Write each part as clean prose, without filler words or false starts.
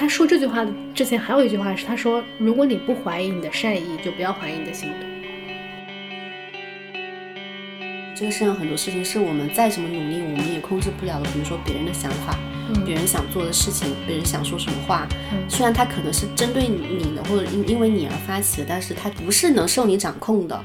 他说这句话的之前还有一句话是，他说如果你不怀疑你的善意，就不要怀疑你的行动。 这个世上很多事情是我们再怎么努力我们也控制不了的，比如说别人的想法，别人想做的事情，别人想说什么话，虽然他可能是针对你的，或者因为你而发起的，但是他不是能受你掌控的。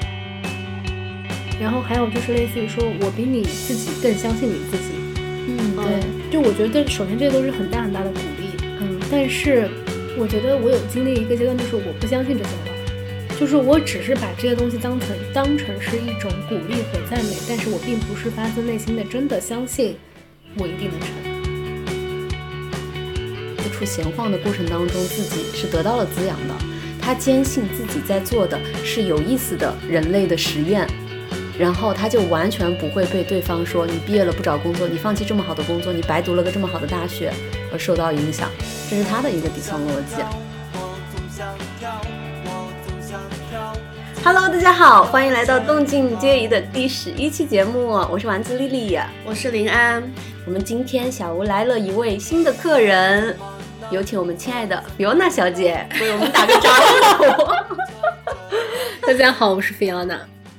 然后还有就是类似于说我比你自己更相信你自己。对，就我觉得首先这都是很大很大的鼓励。但是我觉得我有经历一个阶段，就是我不相信这些话，就是我只是把这些东西当成是一种鼓励和赞美，但是我并不是发自内心的真的相信我一定能成。 接触闲晃的过程当中，自己是得到了滋养的，他坚信自己在做的是有意思的人类的实验，然后他就完全不会被对方说你毕业了不找工作，你放弃这么好的工作，你白读了个这么好的大学而受到影响，这是他的一个底层逻辑。Hello， 大家好，欢迎来到动静皆宜的第11期节目，我是丸子丽丽， 我是林安。 我们今天小吴来了一位新的客人，有请我们亲爱的 Fiona 小姐为我们打个招呼。 大家好，我是 Fiona。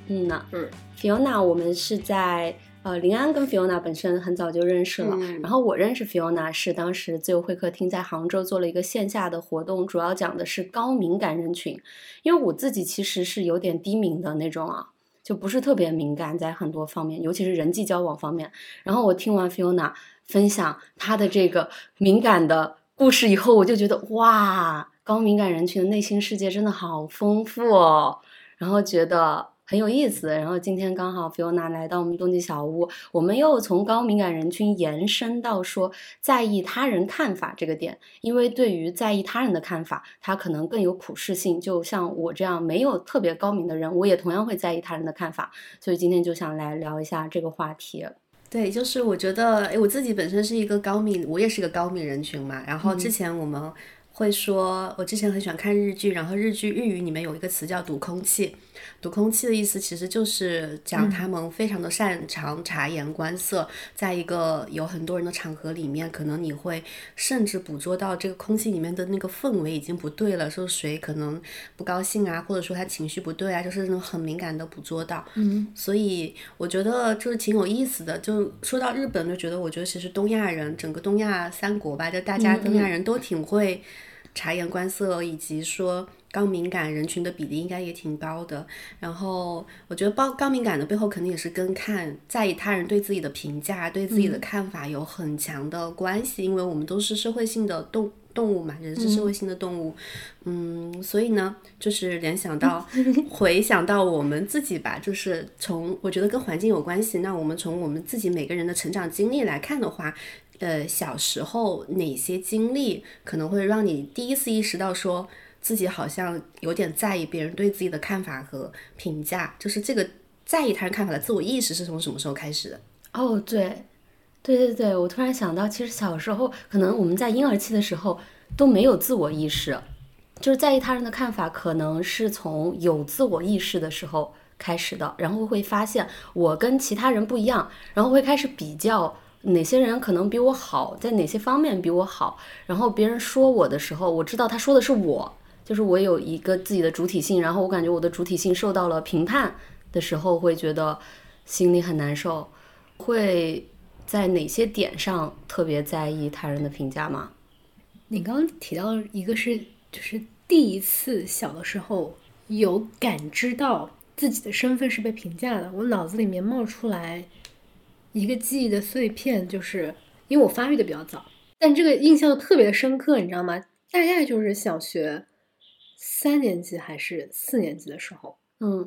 Fiona 我们是在林安跟 Fiona 本身很早就认识了，然后我认识 Fiona 是当时自由会客厅在杭州做了一个线下的活动，主要讲的是高敏感人群。因为我自己其实是有点低敏的那种啊，就不是特别敏感在很多方面，尤其是人际交往方面。然后我听完 Fiona 分享她的这个敏感的故事以后，我就觉得哇，高敏感人群的内心世界真的好丰富哦，然后觉得很有意思。然后今天刚好 Fiona 来到我们冬季小屋，我们又从高敏感人群延伸到说在意他人看法这个点，因为对于在意他人的看法，他可能更有普适性，就像我这样没有特别高敏的人，我也同样会在意他人的看法，所以今天就想来聊一下这个话题。 对，就是我觉得我自己本身是一个高敏，我也是一个高敏人群嘛，然后之前我们会说，我之前很喜欢看日剧，然后日语里面有一个词叫读空气。读空气的意思其实就是讲他们非常的擅长察言观色，在一个有很多人的场合里面，可能你会甚至捕捉到这个空气里面的那个氛围已经不对了，说谁可能不高兴啊，或者说他情绪不对啊，就是那种很敏感的捕捉到。所以我觉得就是挺有意思的。就说到日本，就觉得我觉得其实东亚人，整个东亚三国吧，就大家东亚人都挺会察言观色，以及说高敏感人群的比例应该也挺高的。然后我觉得高敏感的背后肯定也是跟在意他人对自己的评价，对自己的看法有很强的关系，因为我们都是社会性的动物嘛，人是社会性的动物。所以呢就是回想到我们自己吧，就是我觉得跟环境有关系，那我们从我们自己每个人的成长经历来看的话，小时候哪些经历可能会让你第一次意识到说自己好像有点在意别人对自己的看法和评价，就是这个在意他人看法的自我意识是从什么时候开始的？ 对，我突然想到，其实小时候可能我们在婴儿期的时候都没有自我意识，就是在意他人的看法可能是从有自我意识的时候开始的，然后会发现我跟其他人不一样，然后会开始比较哪些人可能比我好，在哪些方面比我好，然后别人说我的时候，我知道他说的是我，就是我有一个自己的主体性，然后我感觉我的主体性受到了评判的时候，会觉得心里很难受。会在哪些点上特别在意他人的评价吗？ 你刚刚提到一个是就是第一次小的时候有感知到自己的身份是被评价的，我脑子里面冒出来一个记忆的碎片，就是因为我发育的比较早，但这个印象特别的深刻，你知道吗？大概就是小学3年级还是4年级的时候，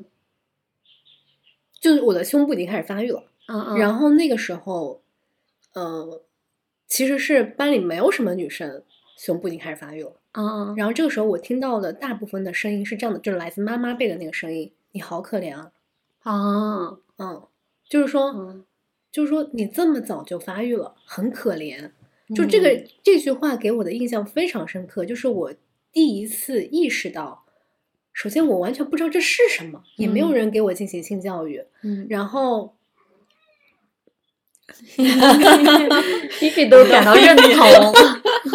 就是我的胸部已经开始发育了，然后那个时候其实是班里没有什么女生胸部已经开始发育了，然后这个时候我听到的大部分的声音是这样的，就是来自妈妈辈的那个声音，你好可怜啊，就是说你这么早就发育了，很可怜。就这句话给我的印象非常深刻，就是我第一次意识到，首先我完全不知道这是什么，也没有人给我进行性教育，然后皮皮都感到认同。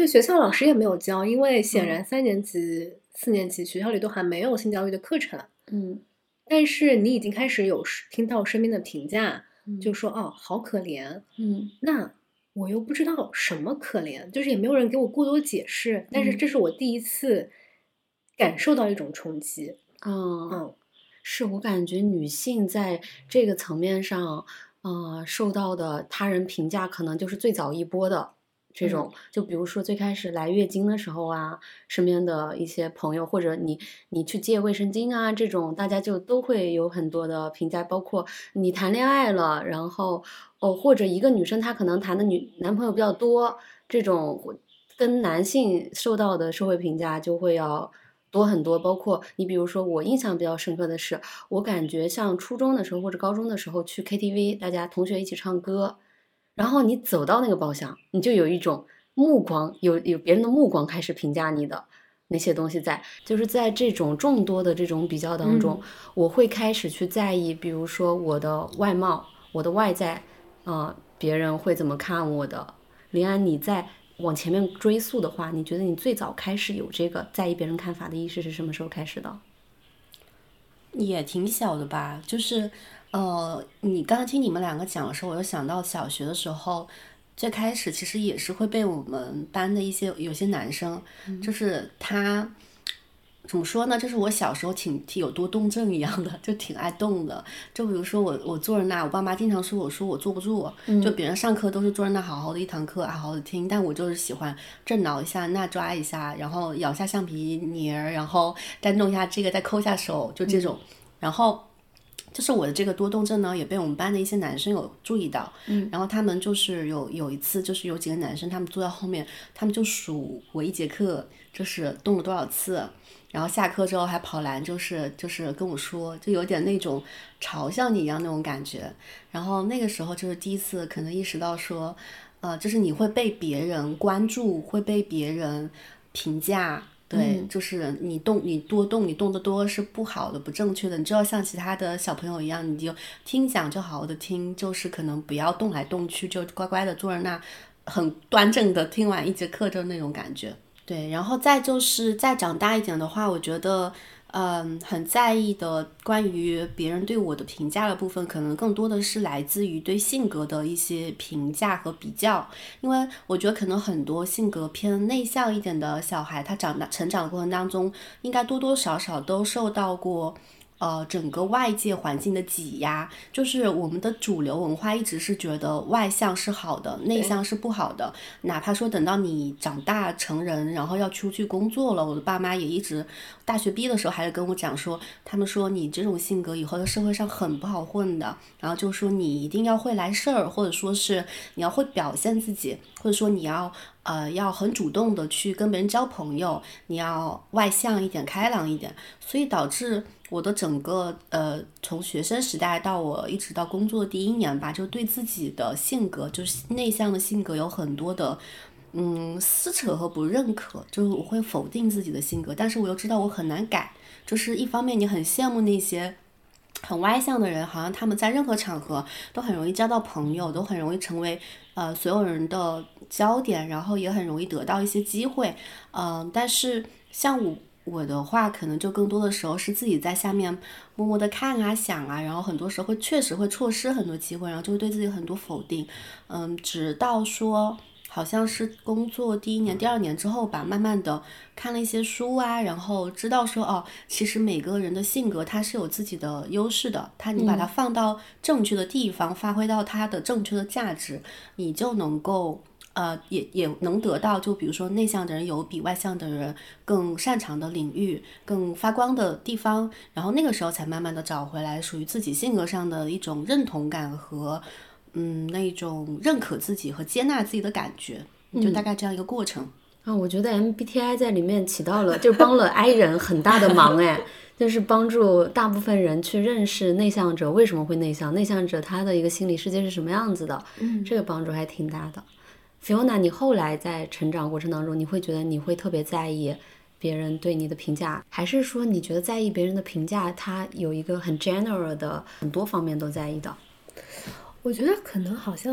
对，学校老师也没有教，因为显然3年级、4年级学校里都还没有性教育的课程。但是你已经开始有听到身边的评价，就说哦，好可怜。那我又不知道什么可怜，就是也没有人给我过多解释。但是这是我第一次感受到一种冲击。 是我感觉女性在这个层面上，受到的他人评价可能就是最早一波的这种，就比如说最开始来月经的时候啊，身边的一些朋友或者你去借卫生巾啊，这种大家就都会有很多的评价，包括你谈恋爱了，然后或者一个女生她可能谈的男朋友比较多，这种跟男性受到的社会评价就会要多很多。包括你比如说我印象比较深刻的是，我感觉像初中的时候或者高中的时候去 KTV， 大家同学一起唱歌，然后你走到那个包厢，你就有一种目光，有别人的目光开始评价你的那些东西在，就是在这种众多的这种比较当中，我会开始去在意，比如说我的外貌，我的外在，别人会怎么看我的。林安，你在往前面追溯的话，你觉得你最早开始有这个在意别人看法的意识是什么时候开始的？ 也挺小的吧，就是你刚刚听你们两个讲的时候，我就想到小学的时候，最开始其实也是会被我们班的有些男生，就是他怎么说呢？就是我小时候挺有多动症一样的，就挺爱动的。就比如说我坐在那，我爸妈经常说我坐不住，就别人上课都是坐在那好好的一堂课，好好的听，但我就是喜欢这挠一下那抓一下，然后咬下橡皮泥儿，然后再弄一下这个，再抠一下手，就这种。然后就是我的这个多动症呢，也被我们班的一些男生有注意到。然后他们就是有一次，就是有几个男生，他们坐在后面，他们就数我一节课就是动了多少次。然后下课之后还跑来就是跟我说，就有点那种嘲笑你一样那种感觉。然后那个时候就是第一次可能意识到说，就是你会被别人关注，会被别人评价。对，就是你动得多是不好的，不正确的。你就要像其他的小朋友一样，你就听讲就好好的听，就是可能不要动来动去，就乖乖的坐在那，很端正的听完一节课的那种感觉。对，然后再就是再长大一点的话，我觉得很在意的关于别人对我的评价的部分，可能更多的是来自于对性格的一些评价和比较。因为我觉得可能很多性格偏内向一点的小孩，他成长的过程当中，应该多多少少都受到过整个外界环境的挤压。就是我们的主流文化一直是觉得外向是好的，内向是不好的。哪怕说等到你长大成人，然后要出去工作了，我的爸妈也一直大学毕业的时候还是跟我讲说，他们说你这种性格以后在社会上很不好混的，然后就说你一定要会来事儿，或者说是你要会表现自己，或者说你要很主动的去跟别人交朋友，你要外向一点，开朗一点。所以导致我的整个从学生时代到我一直到工作第1年吧，就对自己的性格，就是内向的性格有很多的撕扯和不认可，就是我会否定自己的性格，但是我又知道我很难改。就是一方面你很羡慕那些很外向的人，好像他们在任何场合都很容易交到朋友，都很容易成为所有人的焦点，然后也很容易得到一些机会。但是像我的话，可能就更多的时候是自己在下面默默的看啊想啊，然后很多时候确实会错失很多机会，然后就会对自己很多否定。直到说好像是工作第1年第2年之后吧，慢慢的看了一些书啊，然后知道说其实每个人的性格它是有自己的优势的，你把它放到正确的地方，发挥到它的正确的价值，你就能够也能得到，就比如说内向的人有比外向的人更擅长的领域，更发光的地方，然后那个时候才慢慢的找回来属于自己性格上的一种认同感和那种认可自己和接纳自己的感觉，就大概这样一个过程。 我觉得 MBTI 在里面起到了，就帮了 I 人很大的忙就是帮助大部分人去认识内向者为什么会内向，内向者他的一个心理世界是什么样子的，这个帮助还挺大的。Fiona， 你后来在成长过程当中，你会觉得你会特别在意别人对你的评价，还是说你觉得在意别人的评价它有一个很 general 的很多方面都在意的？ 我觉得可能好像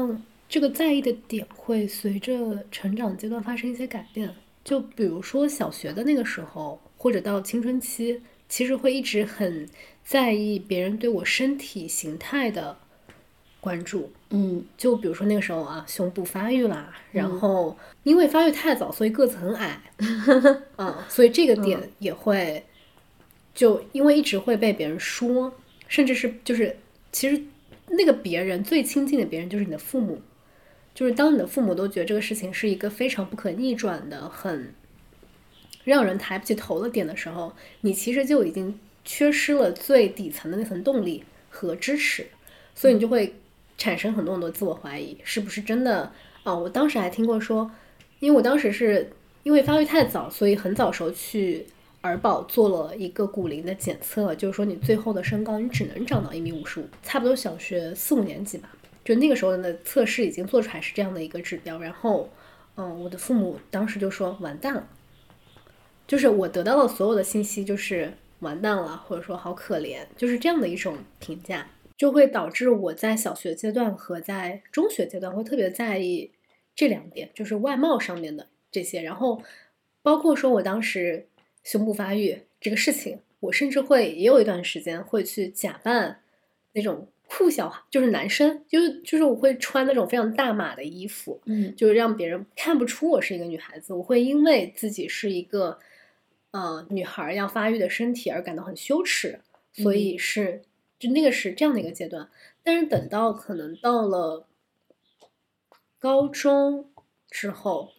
这个在意的点会随着成长阶段发生一些改变。就比如说小学的那个时候，或者到青春期，其实会一直很在意别人对我身体形态的关注。就比如说那个时候啊，胸部发育啦，然后因为发育太早，所以个子很矮。所以这个点也会就因为一直会被别人说，甚至是就是其实那个别人最亲近的别人就是你的父母。就是当你的父母都觉得这个事情是一个非常不可逆转的很让人抬不起头的点的时候，你其实就已经缺失了最底层的那层动力和支持，所以你就会产生很多很多自我怀疑，是不是真的我当时还听过说，因为我当时是因为发育太早，所以很早时候去儿保做了一个骨龄的检测，就是说你最后的身高你只能长到1.55米，差不多小学4、5年级吧，就那个时候的测试已经做出来是这样的一个指标。然后我的父母当时就说完蛋了，就是我得到的所有的信息就是完蛋了，或者说好可怜，就是这样的一种评价，就会导致我在小学阶段和在中学阶段会特别在意这2点，就是外貌上面的这些。然后包括说我当时胸部发育这个事情，我甚至也有一段时间会去假扮那种酷小孩，就是男生，就是我会穿那种非常大码的衣服，就是让别人看不出我是一个女孩子。我会因为自己是一个女孩要发育的身体而感到很羞耻，所以就那个是这样的一个阶段。但是等到可能到了高中之后，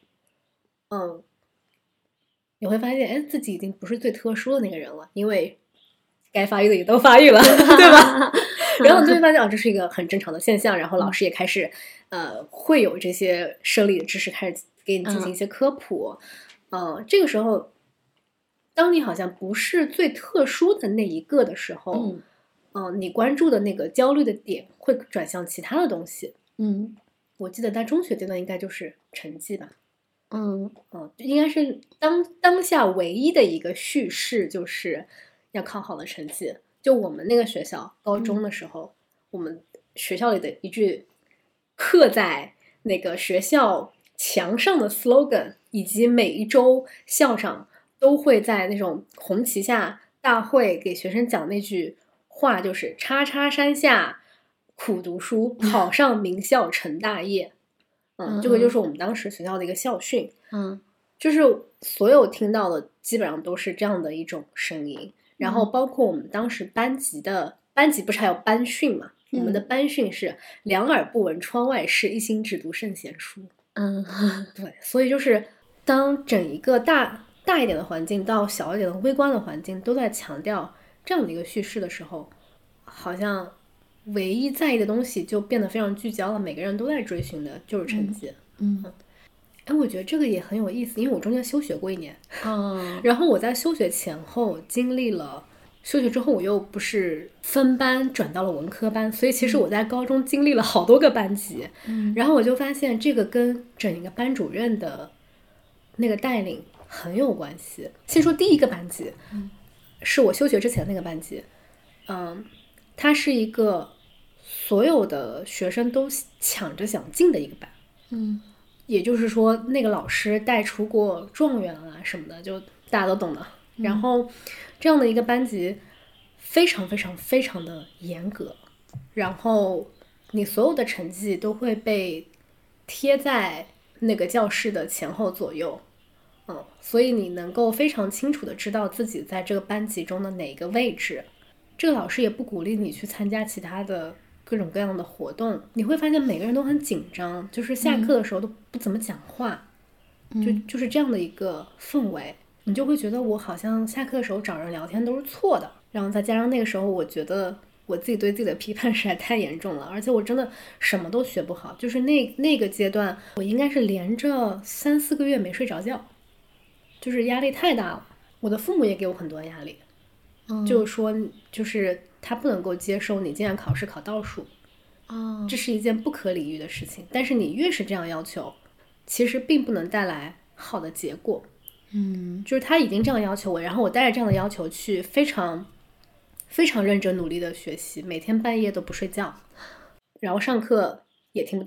你会发现自己已经不是最特殊的那个人了，因为该发育的也都发育了对吧然后你就会发现这是一个很正常的现象，然后老师也开始会有这些生理的知识开始给你进行一些科普。这个时候当你好像不是最特殊的那一个的时候，你关注的那个焦虑的点会转向其他的东西。我记得在中学阶段应该就是成绩吧。应该是当下唯一的一个叙事就是要考好的成绩。就我们那个学校高中的时候，我们学校里的一句刻在那个学校墙上的 slogan， 以及每一周校长都会在那种红旗下大会给学生讲那句话，就是叉叉山下苦读书，考上名校成大业。这个就是我们当时学校的一个校训。就是所有听到的基本上都是这样的一种声音。然后包括我们当时班级不是还有班训嘛，我们的班训是两耳不闻窗外事，一心只读圣贤书。对，所以就是当整一个大一点的环境到小一点的微观的环境都在强调这样的一个叙事的时候，好像唯一在意的东西就变得非常聚焦了，每个人都在追寻的就是成绩。我觉得这个也很有意思，因为我中间休学过1年。然后我在休学前后经历了休学之后，我又不是分班转到了文科班，所以其实我在高中经历了好多个班级。然后我就发现这个跟整一个班主任的那个带领很有关系。先说第一个班级，是我休学之前那个班级。它是一个所有的学生都抢着想进的一个班。也就是说那个老师带出过状元啊什么的，就大家都懂的。然后这样的一个班级非常非常非常的严格，然后你所有的成绩都会被贴在那个教室的前后左右。所以你能够非常清楚的知道自己在这个班级中的哪个位置。这个老师也不鼓励你去参加其他的各种各样的活动，你会发现每个人都很紧张，就是下课的时候都不怎么讲话。就是这样的一个氛围，你就会觉得我好像下课的时候找人聊天都是错的。然后再加上那个时候我觉得我自己对自己的批判实在太严重了，而且我真的什么都学不好。就是那个阶段我应该是连着3、4个月没睡着觉，就是压力太大了。我的父母也给我很多压力，就是说就是他不能够接受你竟然考试考倒数。这是一件不可理喻的事情，但是你越是这样要求，其实并不能带来好的结果。就是他已经这样要求我，然后我带着这样的要求去非常非常认真努力的学习，每天半夜都不睡觉，然后上课也听不懂。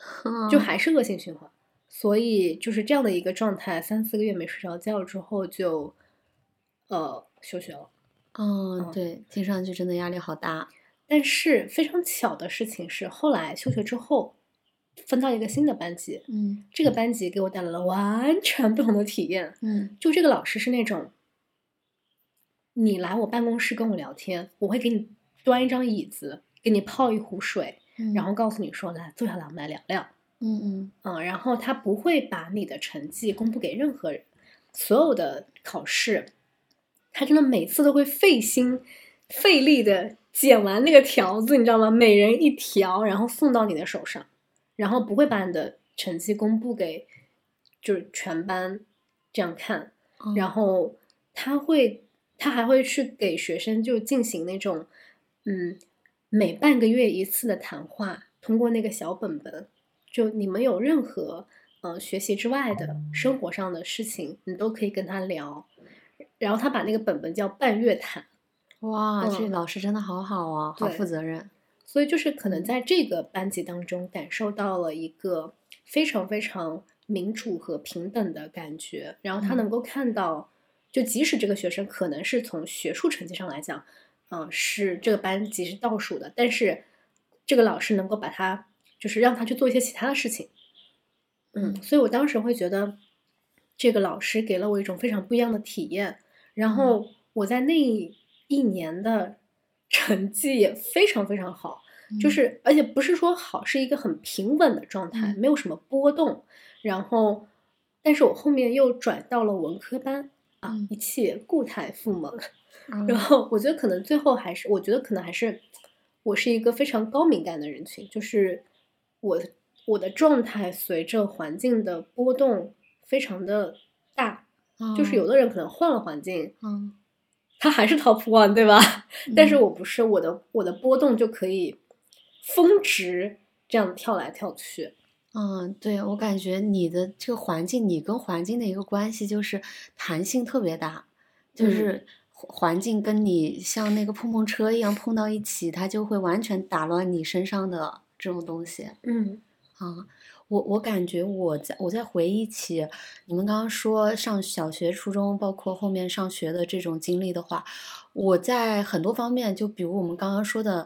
就还是恶性循环。所以就是这样的一个状态，3-4个月没睡着觉之后就休学了。 对，听上去真的压力好大。 但是非常巧的事情是，后来休学之后分到一个新的班级，这个班级给我带来了完全不同的体验。就这个老师是那种，你来我办公室跟我聊天，我会给你端一张椅子，给你泡一壶水，然后告诉你说，来坐下来，我们来聊聊。然后他不会把你的成绩公布给任何人，所有的考试，他真的每次都会费心费力的剪完那个条子，你知道吗？每人一条，然后送到你的手上，然后不会把你的成绩公布给就是全班这样看，然后他还会去给学生就进行那种每半个月一次的谈话，通过那个小本本，就你们有任何学习之外的生活上的事情，你都可以跟他聊。然后他把那个本本叫半月谈。 哇，这老师真的好好啊，好负责任。 所以就是可能在这个班级当中感受到了一个非常非常民主和平等的感觉，然后他能够看到，就即使这个学生可能是从学术成绩上来讲，是这个班级是倒数的，但是这个老师能够把他就是让他去做一些其他的事情。所以我当时会觉得这个老师给了我一种非常不一样的体验，然后我在那一年的成绩也非常非常好，就是而且不是说好，是一个很平稳的状态，没有什么波动。然后但是我后面又转到了文科班一切固态复萌。然后我觉得可能最后还是我觉得可能还是我是一个非常高敏感的人群，就是我的状态随着环境的波动非常的大，就是有的人可能换了环境他还是 top one 对吧？但是我不是，我的波动就可以峰值这样跳来跳去。 对，我感觉你的这个环境，你跟环境的一个关系就是弹性特别大，就是环境跟你像那个碰碰车一样碰到一起，它就会完全打乱你身上的这种东西。我感觉我在回忆起你们刚刚说上小学、初中，包括后面上学的这种经历的话，我在很多方面，就比如我们刚刚说的，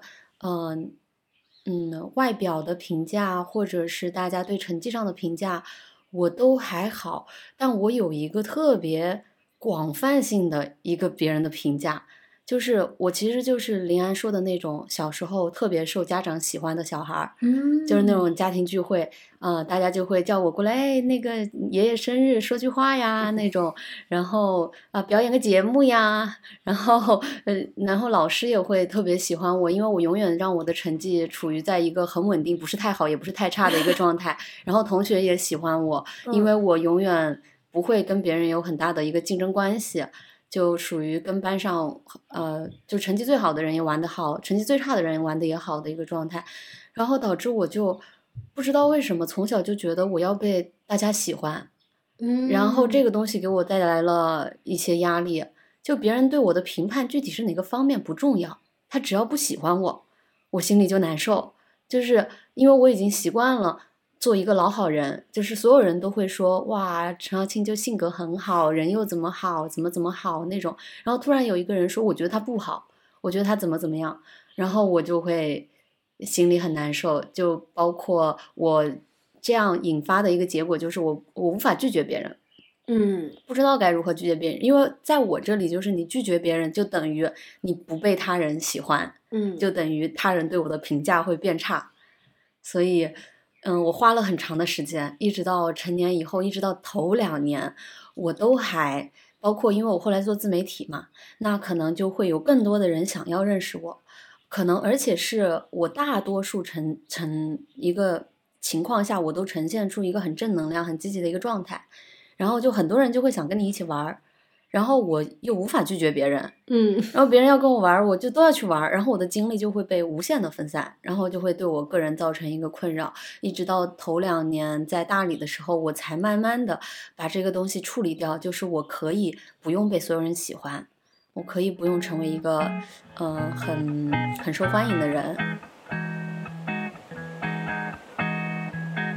外表的评价，或者是大家对成绩上的评价，我都还好，但我有一个特别广泛性的一个别人的评价。就是我其实就是林安说的那种小时候特别受家长喜欢的小孩，就是那种家庭聚会，大家就会叫我过来，那个爷爷生日说句话呀那种，然后表演个节目呀，然后老师也会特别喜欢我，因为我永远让我的成绩处于在一个很稳定，不是太好也不是太差的一个状态，然后同学也喜欢我，因为我永远不会跟别人有很大的一个竞争关系。就属于跟班上就成绩最好的人也玩得好，成绩最差的人玩得也好的一个状态，然后导致我就不知道为什么从小就觉得我要被大家喜欢，然后这个东西给我带来了一些压力，就别人对我的评判具体是哪个方面不重要，他只要不喜欢我，我心里就难受，就是因为我已经习惯了做一个老好人，就是所有人都会说哇，陈小青就性格很好，人又怎么好，怎么好那种，然后突然有一个人说我觉得他不好，我觉得他怎么样，然后我就会心里很难受，就包括我这样引发的一个结果就是我无法拒绝别人，不知道该如何拒绝别人，因为在我这里就是你拒绝别人就等于你不被他人喜欢，就等于他人对我的评价会变差，所以我花了很长的时间，一直到成年以后，一直到头2年，我都还包括因为我后来做自媒体嘛，那可能就会有更多的人想要认识我，可能而且是我大多数成一个情况下，我都呈现出一个很正能量、很积极的一个状态，然后就很多人就会想跟你一起玩。然后我又无法拒绝别人，然后别人要跟我玩，我就都要去玩，然后我的精力就会被无限的分散，然后就会对我个人造成一个困扰，一直到头2年在大理的时候，我才慢慢的把这个东西处理掉，就是我可以不用被所有人喜欢，我可以不用成为一个很受欢迎的人。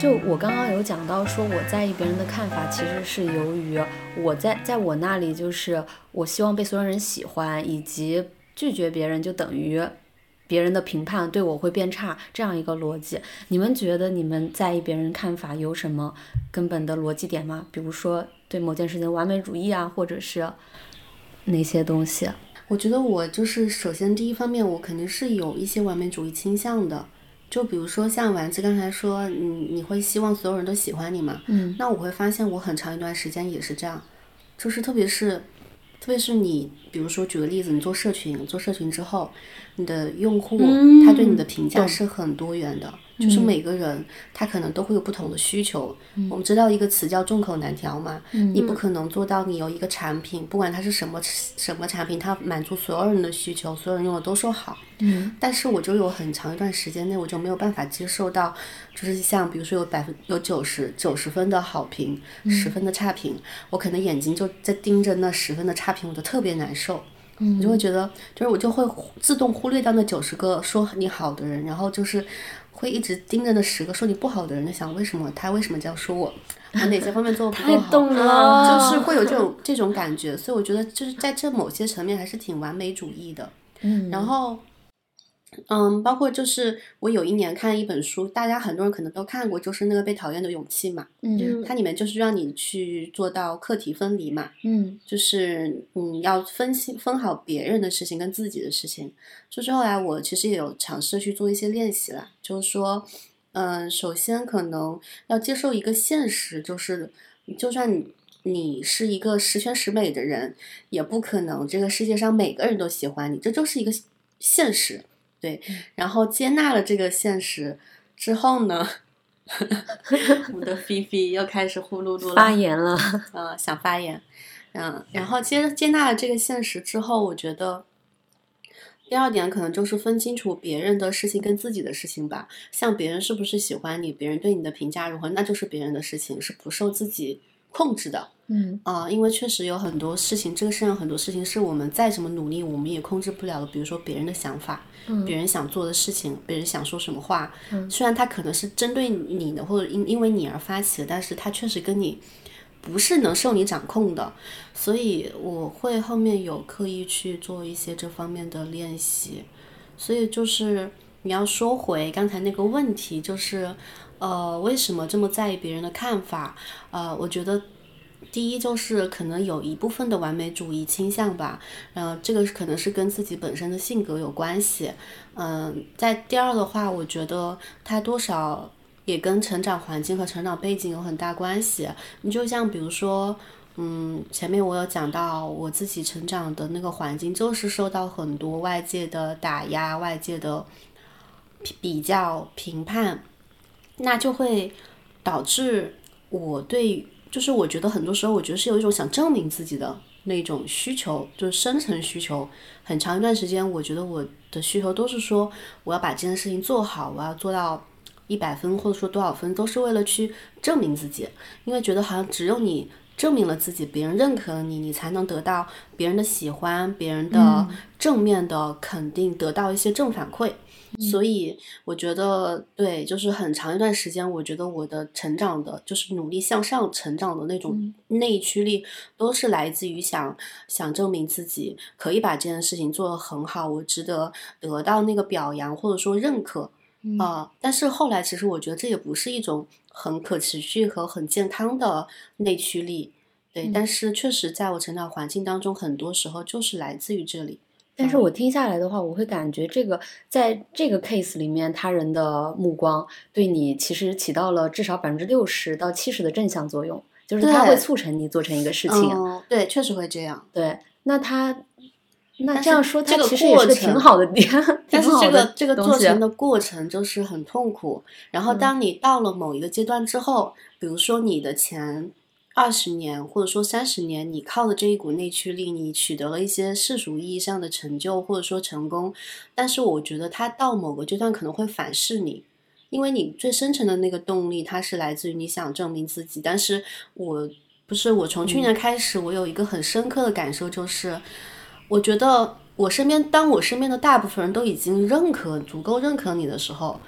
就我刚刚有讲到说我在意别人的看法，其实是由于我在我那里就是我希望被所有人喜欢，以及拒绝别人就等于别人的评判对我会变差，这样一个逻辑。你们觉得你们在意别人看法有什么根本的逻辑点吗？比如说对某件事情的完美主义啊，或者是哪些东西？ 我觉得我就是首先第一方面我肯定是有一些完美主义倾向的，就比如说像丸子刚才说你会希望所有人都喜欢你嘛，那我会发现我很长一段时间也是这样，就是特别是你比如说举个例子，你做社群之后，你的用户他对你的评价是很多元的，就是每个人他可能都会有不同的需求。我们知道一个词叫众口难调嘛，你不可能做到你有一个产品，不管它是什么产品，它满足所有人的需求，所有人用的都说好。但是我就有很长一段时间内我就没有办法接受到，就是像比如说有90分的好评，10分的差评，我可能眼睛就在盯着那10分的差评，我就特别难受。我就会觉得，就是我就会自动忽略掉那90个说你好的人，然后就是会一直盯着那10个说你不好的人，在想为什么这样说我哪些方面做得不够好， 太懂了， 就是会有这种感觉。所以我觉得就是在这某些层面还是挺完美主义的。然后包括就是我有一年看一本书，大家很多人可能都看过，就是那个被讨厌的勇气嘛。它里面就是让你去做到课题分离嘛。就是你要分好别人的事情跟自己的事情。就是后来我其实也有尝试去做一些练习啦，就是说首先可能要接受一个现实，就是就算你是一个十全十美的人，也不可能这个世界上每个人都喜欢你，这就是一个现实。对，然后接纳了这个现实之后呢，我的菲菲又开始呼噜噜了， 发言了， 想发言，然后接纳了这个现实之后，我觉得第二点可能就是分清楚别人的事情跟自己的事情吧。像别人是不是喜欢你，别人对你的评价如何，那就是别人的事情，是不受自己控制的。因为确实有很多事情，这个世上很多事情是我们再怎么努力我们也控制不了的，比如说别人的想法，别人想做的事情，别人想说什么话，虽然他可能是针对你的，或者因为你而发起的，但是他确实跟你不是能受你掌控的。所以我会后面有刻意去做一些这方面的练习。所以就是你要说回刚才那个问题，就是为什么这么在意别人的看法？我觉得第一就是可能有一部分的完美主义倾向吧，这个可能是跟自己本身的性格有关系。在第二的话，我觉得它多少也跟成长环境和成长背景有很大关系。你就像比如说前面我有讲到我自己成长的那个环境，就是受到很多外界的打压，外界的比较评判，那就会导致我对就是我觉得很多时候我觉得是有一种想证明自己的那种需求，就是深层需求。很长一段时间我觉得我的需求都是说我要把这件事情做好，我要做到100分或者说多少分，都是为了去证明自己。因为觉得好像只有你证明了自己，别人认可了你，你才能得到别人的喜欢，别人的正面的肯定，得到一些正反馈。所以我觉得对，就是很长一段时间我觉得我的成长的就是努力向上成长的那种内驱力都是来自于想证明自己可以把这件事情做得很好，我值得得到那个表扬或者说认可。但是后来其实我觉得这也不是一种很可持续和很健康的内驱力。对，但是确实在我成长环境当中很多时候就是来自于这里。 但是我听下来的话，我会感觉在这个 case 里面，他人的目光对你其实起到了至少60%到70%的正向作用，就是它会促成你做成一个事情。 对，确实会这样。 对，那这样说，它其实也是个挺好的点。 但是这个做成的过程就是很痛苦。然后当你到了某一个阶段之后，比如说你的前20年或者说30年，你靠的这一股内驱力，你取得了一些世俗意义上的成就或者说成功，但是我觉得它到某个阶段可能会反噬你，因为你最深层的那个动力它是来自于你想证明自己。但是我从去年开始，我有一个很深刻的感受，就是我觉得当我身边的大部分人都已经足够认可你的时候，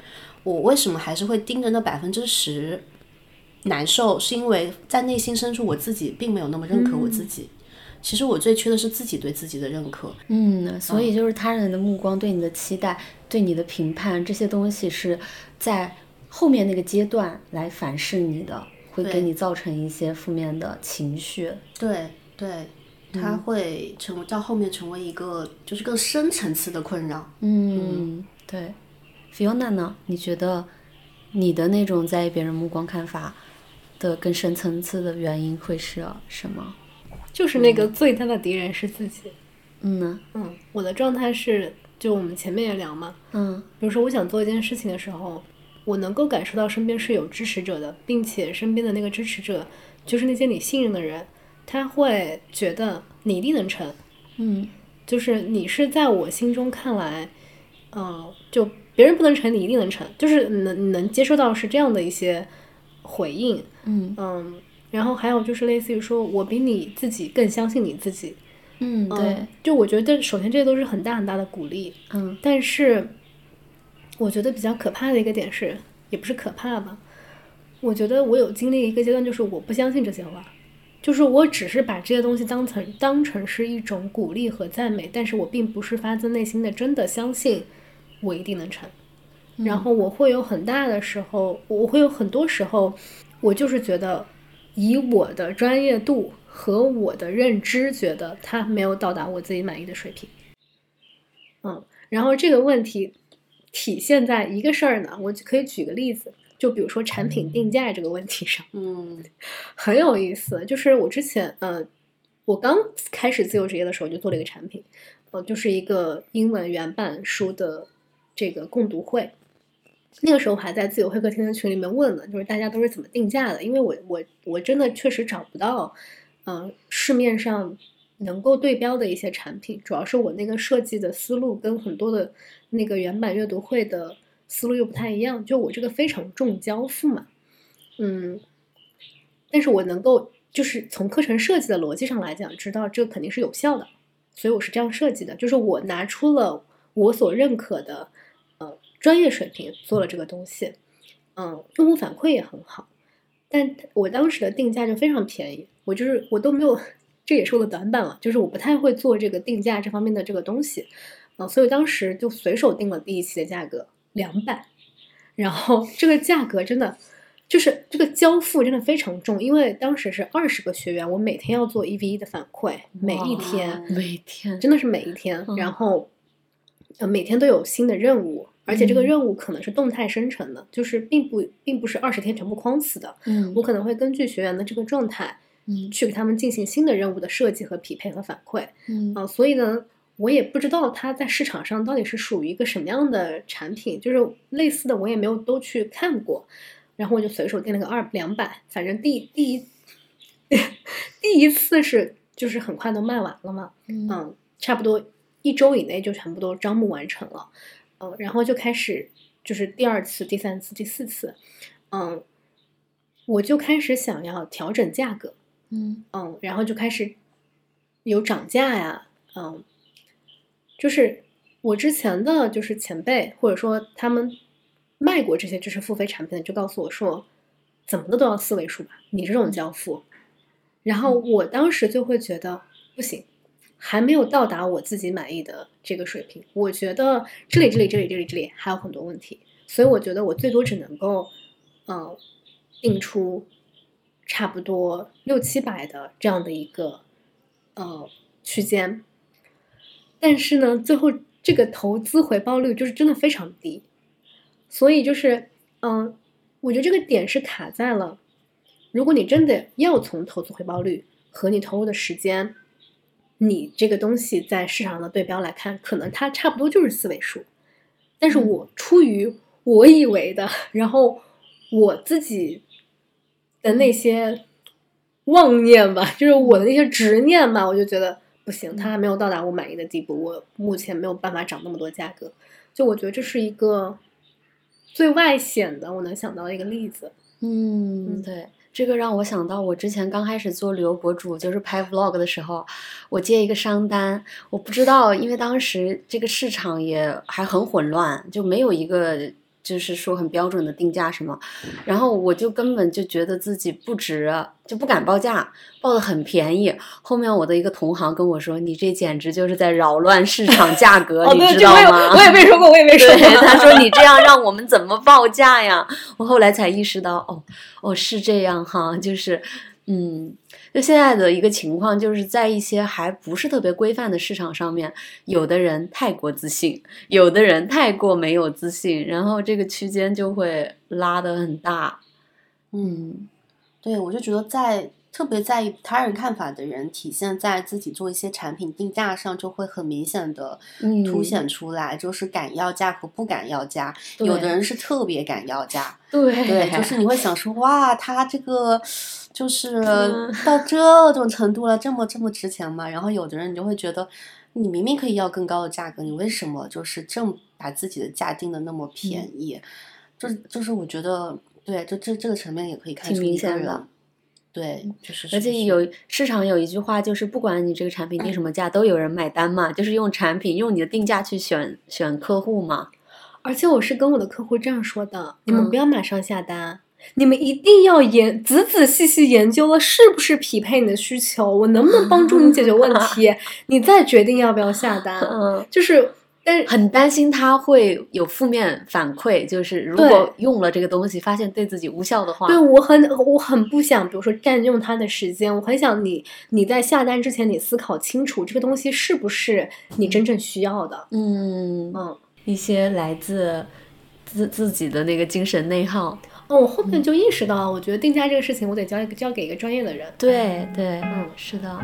我为什么还是会盯着那10%难受，是因为在内心深处我自己并没有那么认可我自己。其实我最缺的是自己对自己的认可。 所以就是他人的目光、对你的期待、对你的评判，这些东西是在后面那个阶段来反噬你的，会给你造成一些负面的情绪。 对，它会到后面成为一个就是更深层次的困扰。 对。Fiona 呢？你觉得你的那种在意别人目光看法的更深层次的原因会是什么？ 就是那个最大的敌人是自己。我的状态是，就我们前面也聊嘛，比如说我想做一件事情的时候，我能够感受到身边是有支持者的，并且身边的那个支持者就是那些你信任的人，他会觉得你一定能成。就是你是在我心中看来，就别人不能成，你一定能成，就是能接受到是这样的一些回应。然后还有就是类似于说我比你自己更相信你自己。 对， 就我觉得首先这些都是很大很大的鼓励。但是我觉得比较可怕的一个点是，也不是可怕吧，我觉得我有经历一个阶段，就是我不相信这些话，就是我只是把这些东西当成是一种鼓励和赞美，但是我并不是发自内心的真的相信我一定能成。然后我会有很大的时候，我会有很多时候，我就是觉得以我的专业度和我的认知，觉得它没有到达我自己满意的水平。然后这个问题体现在一个事儿呢，我可以举个例子，就比如说产品定价这个问题上。很有意思，就是我之前我刚开始自由职业的时候就做了一个产品，就是一个英文原版书的这个共读会。那个时候还在自由会客厅的群里面问了，就是大家都是怎么定价的，因为我真的确实找不到市面上能够对标的一些产品，主要是我那个设计的思路跟很多的那个原版阅读会的思路又不太一样，就我这个非常重交付嘛。但是我能够就是从课程设计的逻辑上来讲，知道这肯定是有效的，所以我是这样设计的，就是我拿出了我所认可的专业水平做了这个东西。用户反馈也很好，但我当时的定价就非常便宜，我都没有，这也是我的短板了，就是我不太会做这个定价这方面的这个东西。所以当时就随手定了第一期的价格200，然后这个价格真的就是这个交付真的非常重，因为当时是20个学员，我每天要做1v1的反馈，每一天真的是每一天，然后每天都有新的任务，而且这个任务可能是动态生成的，就是并不是20天全部框死的。我可能会根据学员的这个状态去给他们进行新的任务的设计和匹配和反馈。所以呢我也不知道它在市场上到底是属于一个什么样的产品，就是类似的我也没有都去看过，然后我就随手定了个200，反正第一次是就是很快都卖完了嘛。差不多1周以内就全部都招募完成了。然后就开始就是第2次、第3次、第4次，我就开始想要调整价格。然后就开始有涨价呀。就是我之前的就是前辈或者说他们卖过这些知识付费产品的就告诉我说，怎么的都要4位数吧，你这种交付。然后我当时就会觉得不行，还没有到达我自己满意的这个水平，我觉得这里还有很多问题，所以我觉得我最多只能够定出差不多600-700的这样的一个区间。但是呢最后这个投资回报率就是真的非常低，所以就是我觉得这个点是卡在了，如果你真的要从投资回报率和你投入的时间，你这个东西在市场上的对标来看，可能它差不多就是4位数。但是我出于我以为的然后我自己的那些妄念吧，就是我的那些执念吧，我就觉得不行，它还没有到达我满意的地步，我目前没有办法涨那么多价格。就我觉得这是一个最外显的我能想到的一个例子。 对，这个让我想到我之前刚开始做旅游博主，就是拍 vlog 的时候，我接一个商单，我不知道，因为当时这个市场也还很混乱，就没有一个就是说很标准的定价什么，然后我就根本就觉得自己不值，就不敢报价，报的很便宜。后面我的一个同行跟我说，你这简直就是在扰乱市场价格你知道吗？ 我也被说过， 对，他说你这样让我们怎么报价呀？我后来才意识到，哦是这样哈，就是就现在的一个情况，就是在一些还不是特别规范的市场上面，有的人太过自信，有的人太过没有自信，然后这个区间就会拉得很大。 对，我就觉得特别在意他人看法的人，体现在自己做一些产品定价上，就会很明显的凸显出来，就是敢要价和不敢要价。有的人是特别敢要价，对，就是你会想说，哇，他这个就是到这种程度了，这么值钱吗？然后有的人你就会觉得，你明明可以要更高的价格，你为什么就是把自己的价定的那么便宜？就是我觉得，对，就这个层面也可以看出一个人。对，就是而且市场有一句话，就是不管你这个产品定什么价，都有人买单嘛，就是用你的定价去选客户嘛。 而且我是跟我的客户这样说的，你们不要马上下单，你们一定要仔仔细细研究了是不是匹配你的需求，我能不能帮助你解决问题，你再决定要不要下单。但是很担心他会有负面反馈，就是如果用了这个东西发现对自己无效的话， 对，我很不想比如说占用他的时间，我很想你在下单之前你思考清楚这个东西是不是你真正需要的。 一些来自自己的那个精神内耗。 我后面就意识到，我觉得定价这个事情我得交给一个专业的人。 对，是的。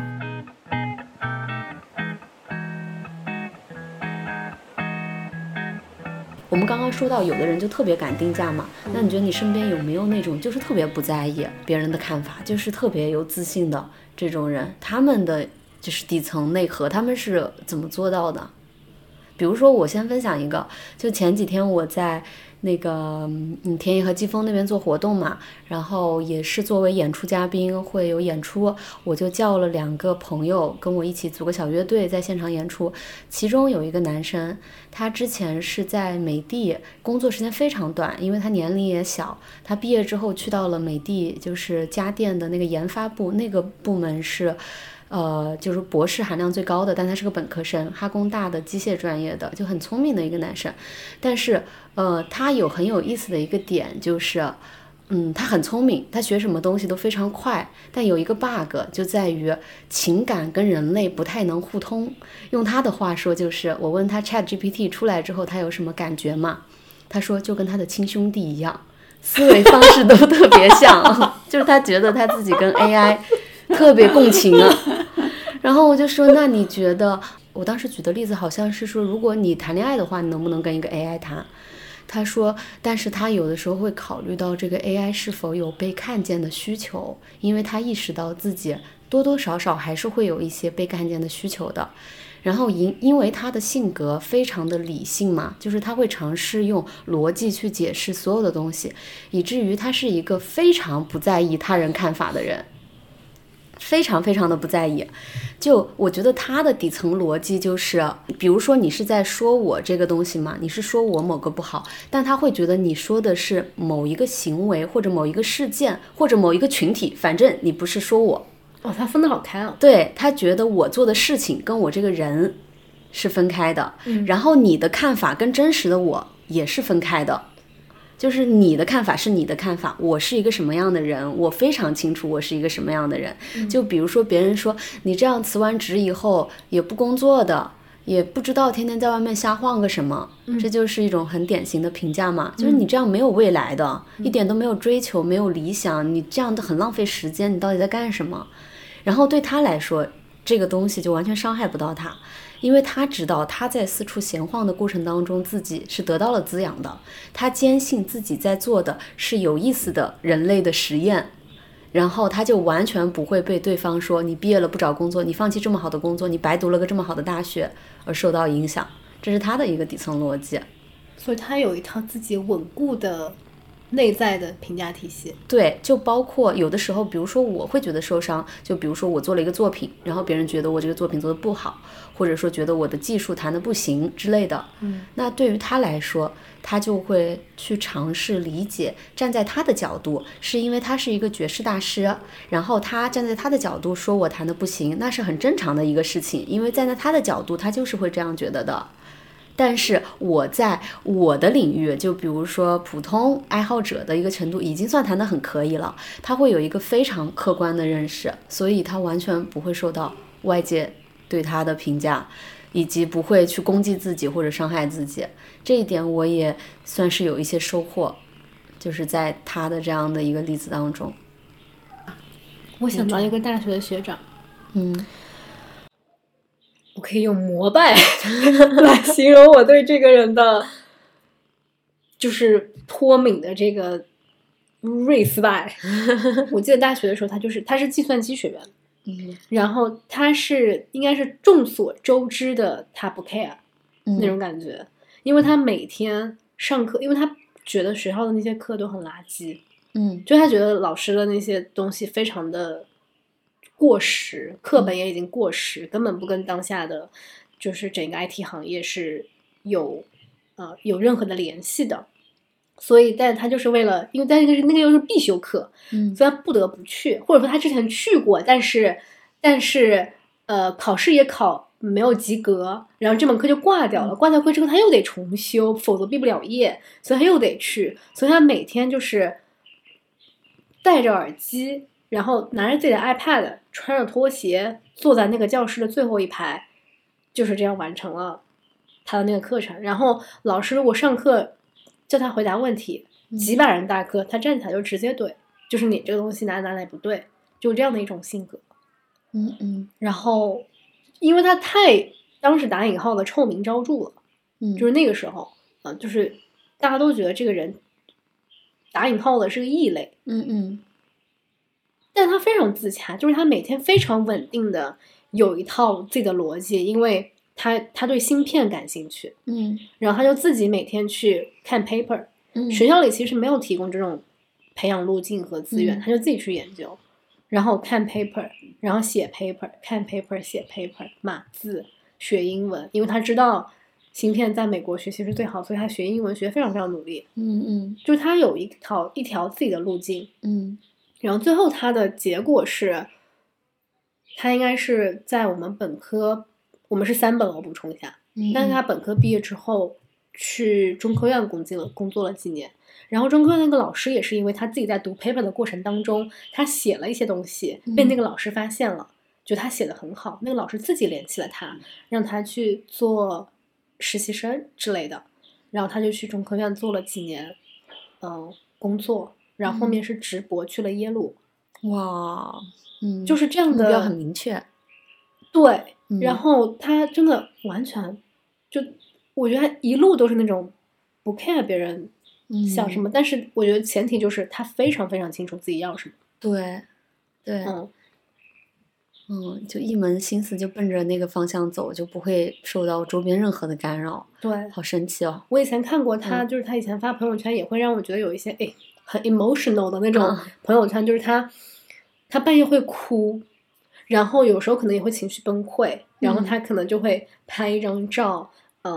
我们刚刚说到有的人就特别敢定价嘛，那你觉得你身边有没有那种就是特别不在意别人的看法，就是特别有自信的这种人，他们的就是底层内核他们是怎么做到的？比如说我先分享一个，就前几天我在那个田野和季风那边做活动嘛，然后也是作为演出嘉宾会有演出，我就叫了2个朋友跟我一起组个小乐队在现场演出。其中有一个男生，他之前是在美的工作时间非常短，因为他年龄也小，他毕业之后去到了美的，就是家电的那个研发部，那个部门是就是博士含量最高的，但他是个本科生，哈工大的机械专业的，就很聪明的一个男生。但是他有很有意思的一个点，就是他很聪明，他学什么东西都非常快，但有一个 bug 就在于情感跟人类不太能互通。用他的话说，就是我问他 ChatGPT 出来之后他有什么感觉嘛，他说就跟他的亲兄弟一样，思维方式都特别像就是他觉得他自己跟 AI 特别共情啊。然后我就说，那你觉得，我当时举的例子好像是说，如果你谈恋爱的话，你能不能跟一个 AI 谈？他说，但是他有的时候会考虑到这个 AI 是否有被看见的需求，因为他意识到自己多多少少还是会有一些被看见的需求的。然后因为他的性格非常的理性嘛，就是他会尝试用逻辑去解释所有的东西，以至于他是一个非常不在意他人看法的人，非常非常的不在意。就我觉得他的底层逻辑就是，比如说你是在说我这个东西嘛，你是说我某个不好，但他会觉得你说的是某一个行为或者某一个事件或者某一个群体，反正你不是说我。 他分得好开啊。 对，他觉得我做的事情跟我这个人是分开的，然后你的看法跟真实的我也是分开的。就是你的看法是你的看法，我是一个什么样的人，我非常清楚我是一个什么样的人。就比如说别人说你这样辞完职以后也不工作的，也不知道天天在外面瞎晃个什么，这就是一种很典型的评价嘛，就是你这样没有未来的，一点都没有追求，没有理想，你这样的很浪费时间，你到底在干什么？然后对他来说这个东西就完全伤害不到他，因为他知道他在四处闲晃的过程当中自己是得到了滋养的，他坚信自己在做的是有意思的人类的实验，然后他就完全不会被对方说你毕业了不找工作，你放弃这么好的工作，你白读了个这么好的大学而受到影响，这是他的一个底层逻辑。 所以他有一套自己稳固的内在的评价体系。 对，就包括有的时候，比如说我会觉得受伤，就比如说我做了一个作品，然后别人觉得我这个作品做的不好，或者说觉得我的技术弹的不行之类的，那对于他来说，他就会去尝试理解，站在他的角度，是因为他是一个爵士大师，然后他站在他的角度说我弹的不行，那是很正常的一个事情，因为站在他的角度，他就是会这样觉得的。但是我在我的领域，就比如说普通爱好者的一个程度，已经算弹得很可以了，他会有一个非常客观的认识，所以他完全不会受到外界对他的评价，以及不会去攻击自己或者伤害自己。这一点我也算是有一些收获，就是在他的这样的一个例子当中。 我想到一个大学的学长，我可以用膜拜来形容我对这个人的就是脱敏的这个respect。我记得大学的时候他是计算机学院，然后他是应该是众所周知的他不 care 那种感觉，因为他每天上课，因为他觉得学校的那些课都很垃圾，就他觉得老师的那些东西非常的过时，课本也已经过时，根本不跟当下的就是整个 IT 行业是有任何的联系的。所以但他就是为了，因为那个又是必修课，所以他不得不去，或者说他之前去过，但是考试也考没有及格，然后这门课就挂掉了，挂掉课之后他又得重修，否则毕不了业，所以他又得去，所以他每天就是戴着耳机，然后拿着自己的 iPad， 穿着拖鞋，坐在那个教室的最后一排，就是这样完成了他的那个课程。然后老师如果上课叫他回答问题，几百人大课，他站起来就直接怼，就是你这个东西哪里不对，就这样的一种性格。然后因为他太当时打引号的臭名昭著了，就是那个时候就是大家都觉得这个人打引号的是个异类，但他非常自洽，就是他每天非常稳定的有一套自己的逻辑，因为他对芯片感兴趣，然后他就自己每天去看 paper，学校里其实没有提供这种培养路径和资源，他就自己去研究，然后看 paper， 然后写 paper， 看 paper 写 paper， 码字，学英文，因为他知道芯片在美国学习是最好，所以他学英文学非常非常努力，就是他有一条自己的路径，然后最后他的结果是，他应该是在我们本科，我们是3本，我补充一下，但是他本科毕业之后去中科院工作了几年，然后中科院那个老师也是因为他自己在读 paper 的过程当中，他写了一些东西被那个老师发现了，就他写的很好，那个老师自己联系了他，让他去做实习生之类的，然后他就去中科院做了几年工作，然后后面是直博去了耶鲁。 哇， 就是这样的目标很明确。 对，然后他真的完全就我觉得他一路都是那种不 care 别人想什么，但是我觉得前提就是他非常非常清楚自己要什么。 对就一门心思就奔着那个方向走，就不会受到周边任何的干扰。 对， 好神奇哦。 我以前看过他，就是他以前发朋友圈也会让我觉得有一些很 emotional 的那种朋友圈，就是他半夜会哭，然后有时候可能也会情绪崩溃，然后他可能就会拍一张照，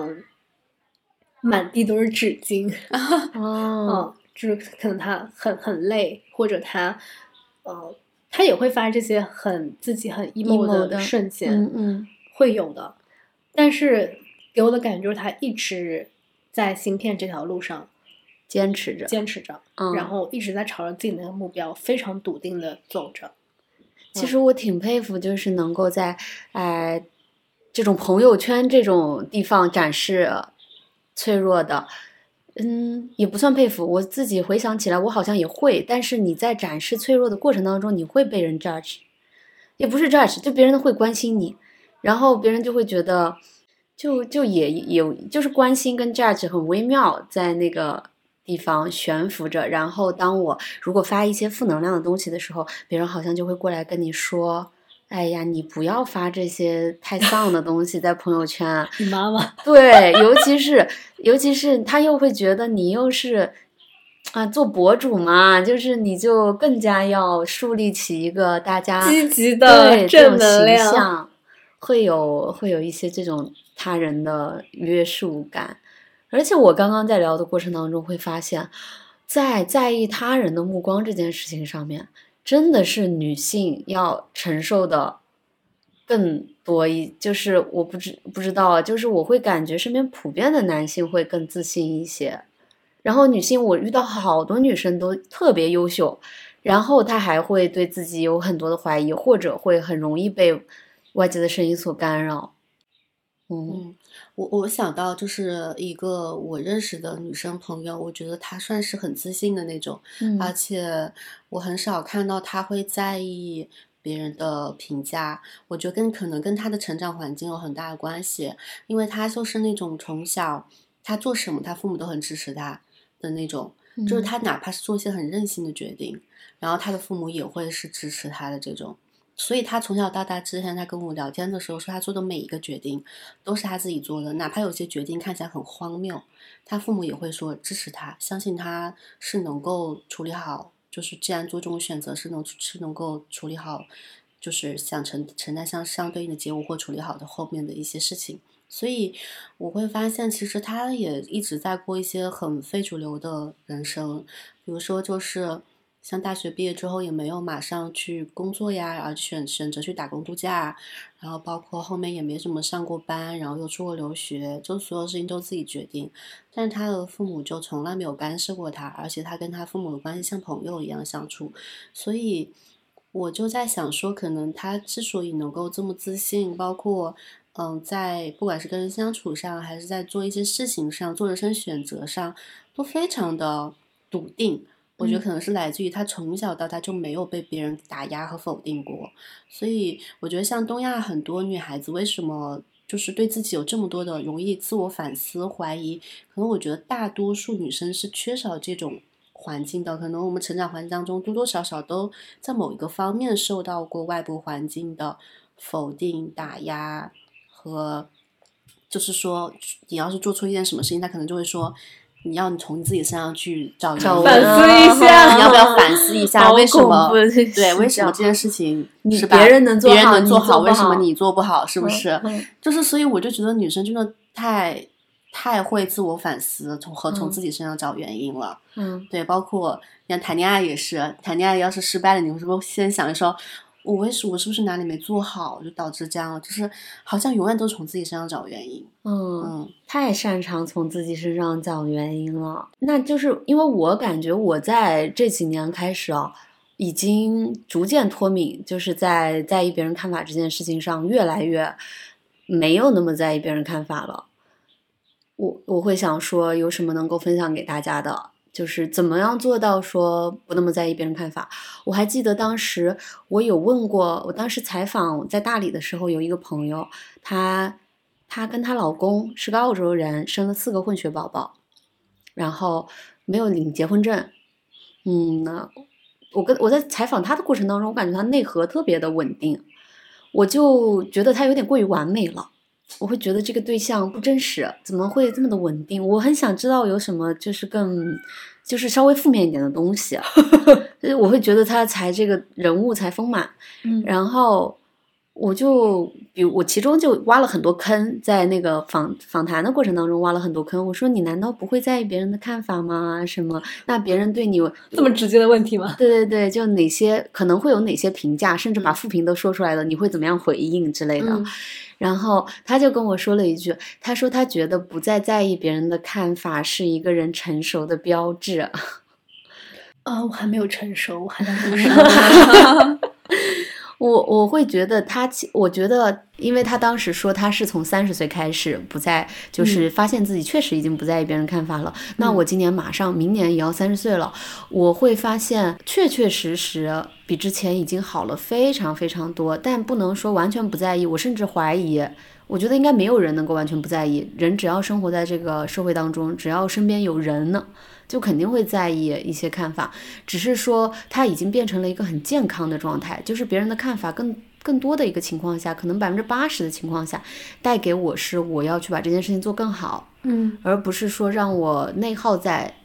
满地都是纸巾，就是可能他很累，或者他也会发这些自己很 emo 的瞬间，会有的。但是给我的感觉就是他一直在芯片这条路上坚持着， 然后一直在朝着自己的目标非常笃定的走着。 其实我挺佩服，就是能够在这种朋友圈这种地方展示脆弱的，也不算佩服。我自己回想起来，我好像也会，但是你在展示脆弱的过程当中，你会被人 judge， 也不是 judge， 就别人会关心你，然后别人就会觉得，就也有就是关心跟 judge 很微妙，在那个地方悬浮着。然后当我如果发一些负能量的东西的时候，别人好像就会过来跟你说，哎呀，你不要发这些太丧的东西在朋友圈。 你妈妈？ 对，尤其是他又会觉得你又是做博主嘛，就是你就更加要树立起一个大家积极的正能量形象，会有一些这种他人的约束感。而且我刚刚在聊的过程当中会发现，在意他人的目光这件事情上面，真的是女性要承受的更多就是我不知道啊，就是我会感觉身边普遍的男性会更自信一些。然后女性，我遇到好多女生都特别优秀，然后她还会对自己有很多的怀疑，或者会很容易被外界的声音所干扰。 我想到就是一个我认识的女生朋友，我觉得她算是很自信的那种，而且我很少看到她会在意别人的评价。我觉得可能跟她的成长环境有很大的关系，因为她就是那种从小她做什么她父母都很支持她的那种，就是她哪怕是做一些很任性的决定，然后她的父母也会是支持她的这种。所以他从小到大之前，他跟我聊天的时候说，他做的每一个决定都是他自己做的，哪怕有些决定看起来很荒谬，他父母也会说支持他，相信他是能够处理好，就是既然做这种选择是能够处理好，就是想承担相对应的结果或处理好的后面的一些事情。所以我会发现，其实他也一直在过一些很非主流的人生，比如说就是像大学毕业之后也没有马上去工作呀，而选择去打工度假，然后包括后面也没怎么上过班，然后又出国留学，就所有事情都自己决定。但是他的父母就从来没有干涉过他，而且他跟他父母的关系像朋友一样相处。所以我就在想说，可能他之所以能够这么自信，包括在不管是跟人相处上，还是在做一些事情上，做人生选择上，都非常的笃定。我觉得可能是来自于他从小到大就没有被别人打压和否定过，所以我觉得像东亚很多女孩子为什么就是对自己有这么多的容易自我反思怀疑，可能我觉得大多数女生是缺少这种环境的，可能我们成长环境当中多多少少都在某一个方面受到过外部环境的否定打压，和就是说你要是做出一件什么事情，他可能就会说你从你自己身上去找原因， 反思一下， 你要不要反思一下为什么？对，为什么这件事情是吧？ 别人能做好，为什么你做不好？是不是？就是所以我就觉得女生真的太会自我反思，从自己身上找原因了。对，包括像谈恋爱也是，谈恋爱要是失败了，你是不是先想说，我是不是哪里没做好，就导致这样了？就是好像永远都从自己身上找原因。 太擅长从自己身上找原因了。那就是因为我感觉我在这几年开始已经逐渐脱敏，就是在意别人看法这件事情上越来越没有那么在意别人看法了。我会想说有什么能够分享给大家的，就是怎么样做到说不那么在意别人看法。我还记得当时我有问过，我当时采访在大理的时候，有一个朋友，她跟她老公是个澳洲人，生了4个混血宝宝，然后没有领结婚证。我在采访她的过程当中，我感觉她内核特别的稳定，我就觉得她有点过于完美了。我会觉得这个对象不真实，怎么会这么的稳定？我很想知道有什么就是稍微负面一点的东西就是我会觉得他这个人物才丰满。然后我其中就挖了很多坑，在那个访谈的过程当中挖了很多坑。我说你难道不会在意别人的看法吗？什么？那别人对你这么直接的问题吗？ 对，就可能会有哪些评价，甚至把负评都说出来了，你会怎么样回应之类的。然后他就跟我说了一句，他说他觉得不再在意别人的看法是一个人成熟的标志。 我还没有成熟，我还在路上。 我会觉得我觉得，因为他当时说他是从30岁开始不再，就是发现自己确实已经不在意别人看法了。那我今年明年也要30岁了，我会发现确实比之前已经好了非常非常多，但不能说完全不在意。我甚至怀疑，我觉得应该没有人能够完全不在意。人只要生活在这个社会当中，只要身边有人呢，就肯定会在意一些看法，只是说它已经变成了一个很健康的状态，就是别人的看法更多的一个情况下，可能80%的情况下，带给我要去把这件事情做更好，而不是说让我内耗在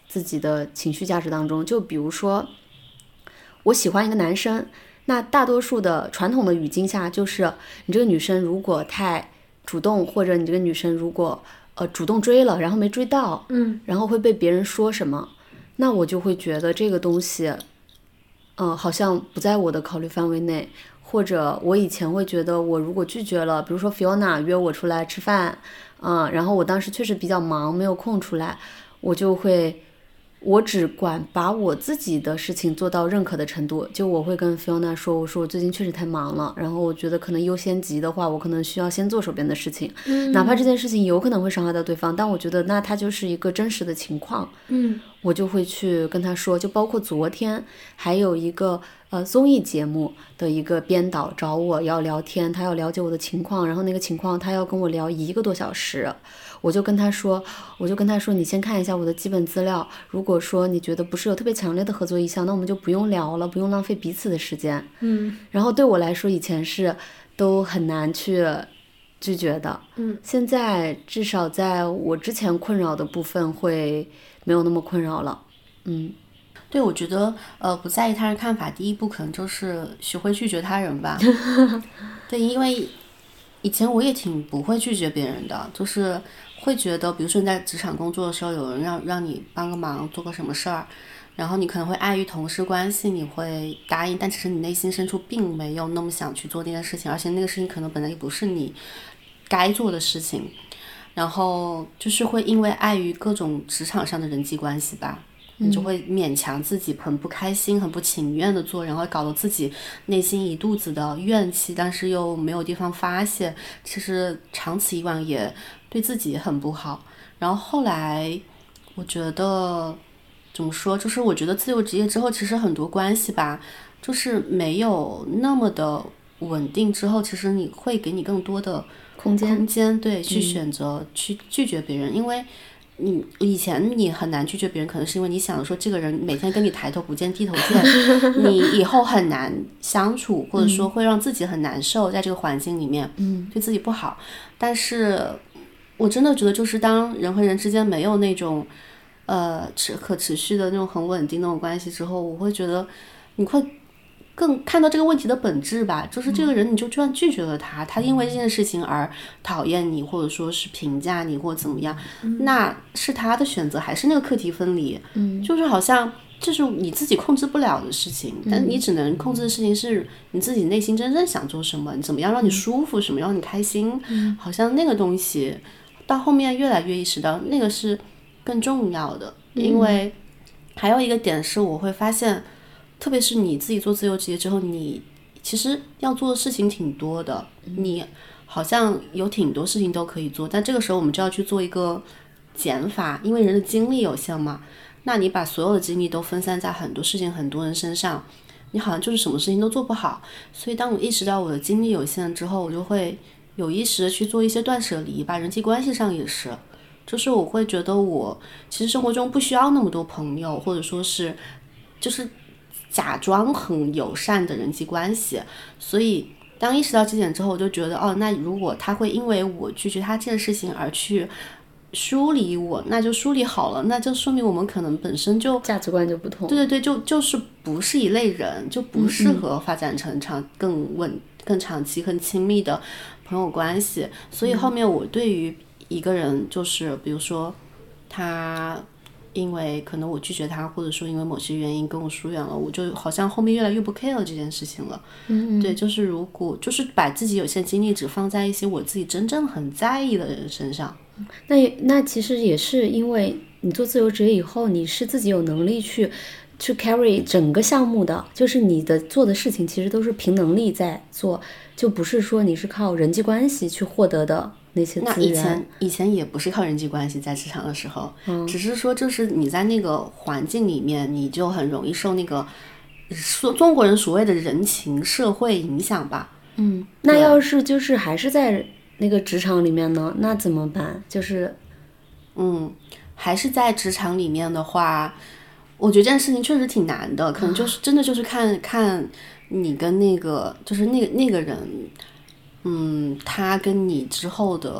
自己的情绪价值当中。就比如说我喜欢一个男生，那大多数的传统的语境下就是你这个女生如果太主动，或者你这个女生如果主动追了然后没追到，然后会被别人说什么，那我就会觉得这个东西好像不在我的考虑范围内。或者我以前会觉得我如果拒绝了，比如说 Fiona 约我出来吃饭，然后我当时确实比较忙没有空出来，我只管把我自己的事情做到认可的程度，就我会跟 Fiona 说，我说我最近确实太忙了，然后我觉得可能优先级的话我可能需要先做手边的事情，哪怕这件事情有可能会伤害到对方，但我觉得那它就是一个真实的情况，我就会去跟他说。就包括昨天还有一个综艺节目的一个编导找我要聊天，他要了解我的情况，然后那个情况他要跟我聊1个多小时，我就跟他说你先看一下我的基本资料，如果说你觉得不是有特别强烈的合作意向，那我们就不用聊了，不用浪费彼此的时间。然后对我来说以前是都很难去拒绝的，现在至少在我之前困扰的部分会没有那么困扰了。 对，我觉得不在意他人看法，第一步可能就是学会拒绝他人吧。对，因为以前我也挺不会拒绝别人的，就是会觉得比如说你在职场工作的时候，有人让你帮个忙做个什么事儿，然后你可能会碍于同事关系你会答应，但其实你内心深处并没有那么想去做那件事情，而且那个事情可能本来也不是你该做的事情，然后就是会因为碍于各种职场上的人际关系吧，你就会勉强自己很不开心很不情愿的做，然后搞得自己内心一肚子的怨气，但是又没有地方发泄，其实长此以往也对自己很不好。然后后来我觉得怎么说，就是我觉得自由职业之后其实很多关系吧，就是没有那么的稳定之后，其实你会给你更多的空间对，去选择去拒绝别人。因为以前你很难拒绝别人，可能是因为你想说这个人每天跟你抬头不见低头见，你以后很难相处，或者说会让自己很难受，在这个环境里面对自己不好。但是我真的觉得就是当人和人之间没有那种可持续的那种很稳定那种关系之后，我会觉得你会更看到这个问题的本质吧，就是这个人你就算拒绝了他，他因为这件事情而讨厌你，或者说是评价你或者怎么样，那是他的选择，还是那个课题分离，就是好像这是你自己控制不了的事情，但你只能控制的事情是你自己内心真正想做什么，怎么样让你舒服，什么让你开心，好像那个东西到后面越来越意识到那个是更重要的。因为还有一个点是我会发现，特别是你自己做自由职业之后，你其实要做的事情挺多的，你好像有挺多事情都可以做，但这个时候我们就要去做一个减法，因为人的精力有限嘛，那你把所有的精力都分散在很多事情很多人身上，你好像就是什么事情都做不好。所以当我意识到我的精力有限之后，我就会有意识的去做一些断舍离吧，人际关系上也是，就是我会觉得我其实生活中不需要那么多朋友，或者说是就是假装很友善的人际关系。所以当意识到这点之后，我就觉得那如果他会因为我拒绝他这件事情而去疏离我，那就疏离好了，那就说明我们可能本身就价值观就不同， 对，就是不是一类人，就不适合发展成更长期更亲密的朋友关系。所以后面我对于一个人，就是比如说他因为可能我拒绝他，或者说因为某些原因跟我疏远了，我就好像后面越来越不 care 这件事情了。对，就是如果就是把自己有限精力只放在一些我自己真正很在意的人身上。 那其实也是因为你做自由职业以后，你是自己有能力去 carry 整个项目的，就是你的做的事情其实都是凭能力在做，就不是说你是靠人际关系去获得的那些资源。 那以前也不是靠人际关系在职场的时候，只是说就是你在那个环境里面，你就很容易受那个中国人所谓的人情社会影响吧。 那要是就是还是在那个职场里面呢，那怎么办？就是还是在职场里面的话，我觉得这件事情确实挺难的，可能就是真的就是看你跟那个就是那个人他跟你之后的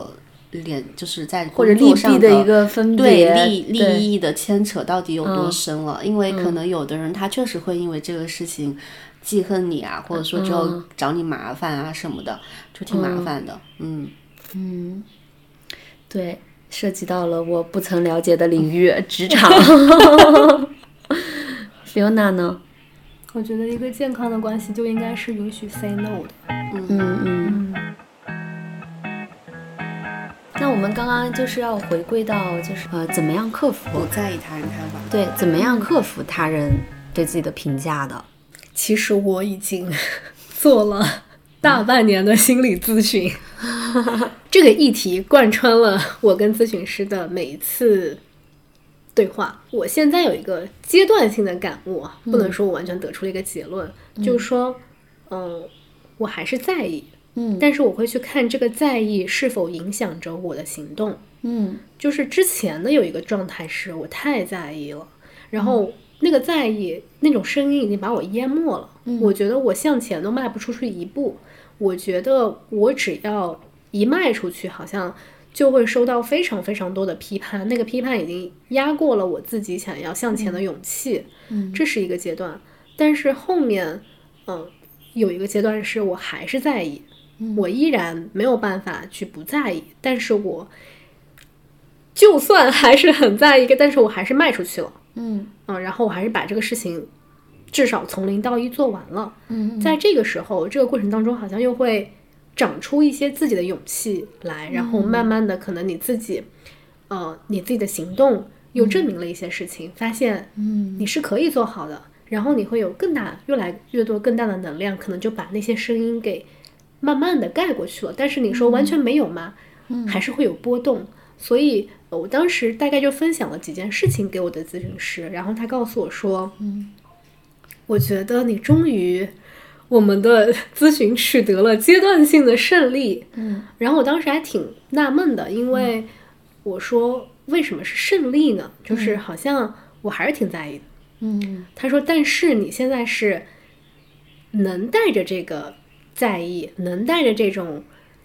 就是在或者利弊的一个分别， 对利益的牵扯到底有多深了？因为可能有的人他确实会因为这个事情记恨你啊，或者说就找你麻烦啊什么的，就挺麻烦的。 对，涉及到了我不曾了解的领域，职场。Fiona 呢？ 我觉得一个健康的关系就应该是允许 say no 的。 那我们刚刚就是要回归到就是怎么样克服不在意他人看法， 对，怎么样克服他人对自己的评价的。 其实我已经做了大半年的心理咨询，这个议题贯穿了我跟咨询师的每一次对话。我现在有一个阶段性的感悟，不能说我完全得出了一个结论，就是说我还是在意，但是我会去看这个在意是否影响着我的行动。就是之前的有一个状态是我太在意了，然后那个在意那种声音已经把我淹没了，我觉得我向前都迈不出去一步，我觉得我只要一迈出去好像就会收到非常非常多的批判，那个批判已经压过了我自己想要向前的勇气。这是一个阶段。但是后面有一个阶段是我还是在意，我依然没有办法去不在意，但是我就算还是很在意，但是我还是迈出去了。然后我还是把这个事情至少从0到1做完了。在这个时候，这个过程当中好像又会长出一些自己的勇气来，然后慢慢的可能你自己的行动又证明了一些事情，发现你是可以做好的，然后你会有越来越多更大的能量，可能就把那些声音给慢慢的盖过去了。但是你说完全没有吗？还是会有波动。所以我当时大概就分享了几件事情给我的咨询师，然后他告诉我说我觉得你终于我们的咨询取得了阶段性的胜利。然后我当时还挺纳闷的，因为我说为什么是胜利呢？就是好像我还是挺在意的。他说但是你现在是能带着这个在意，能带着这种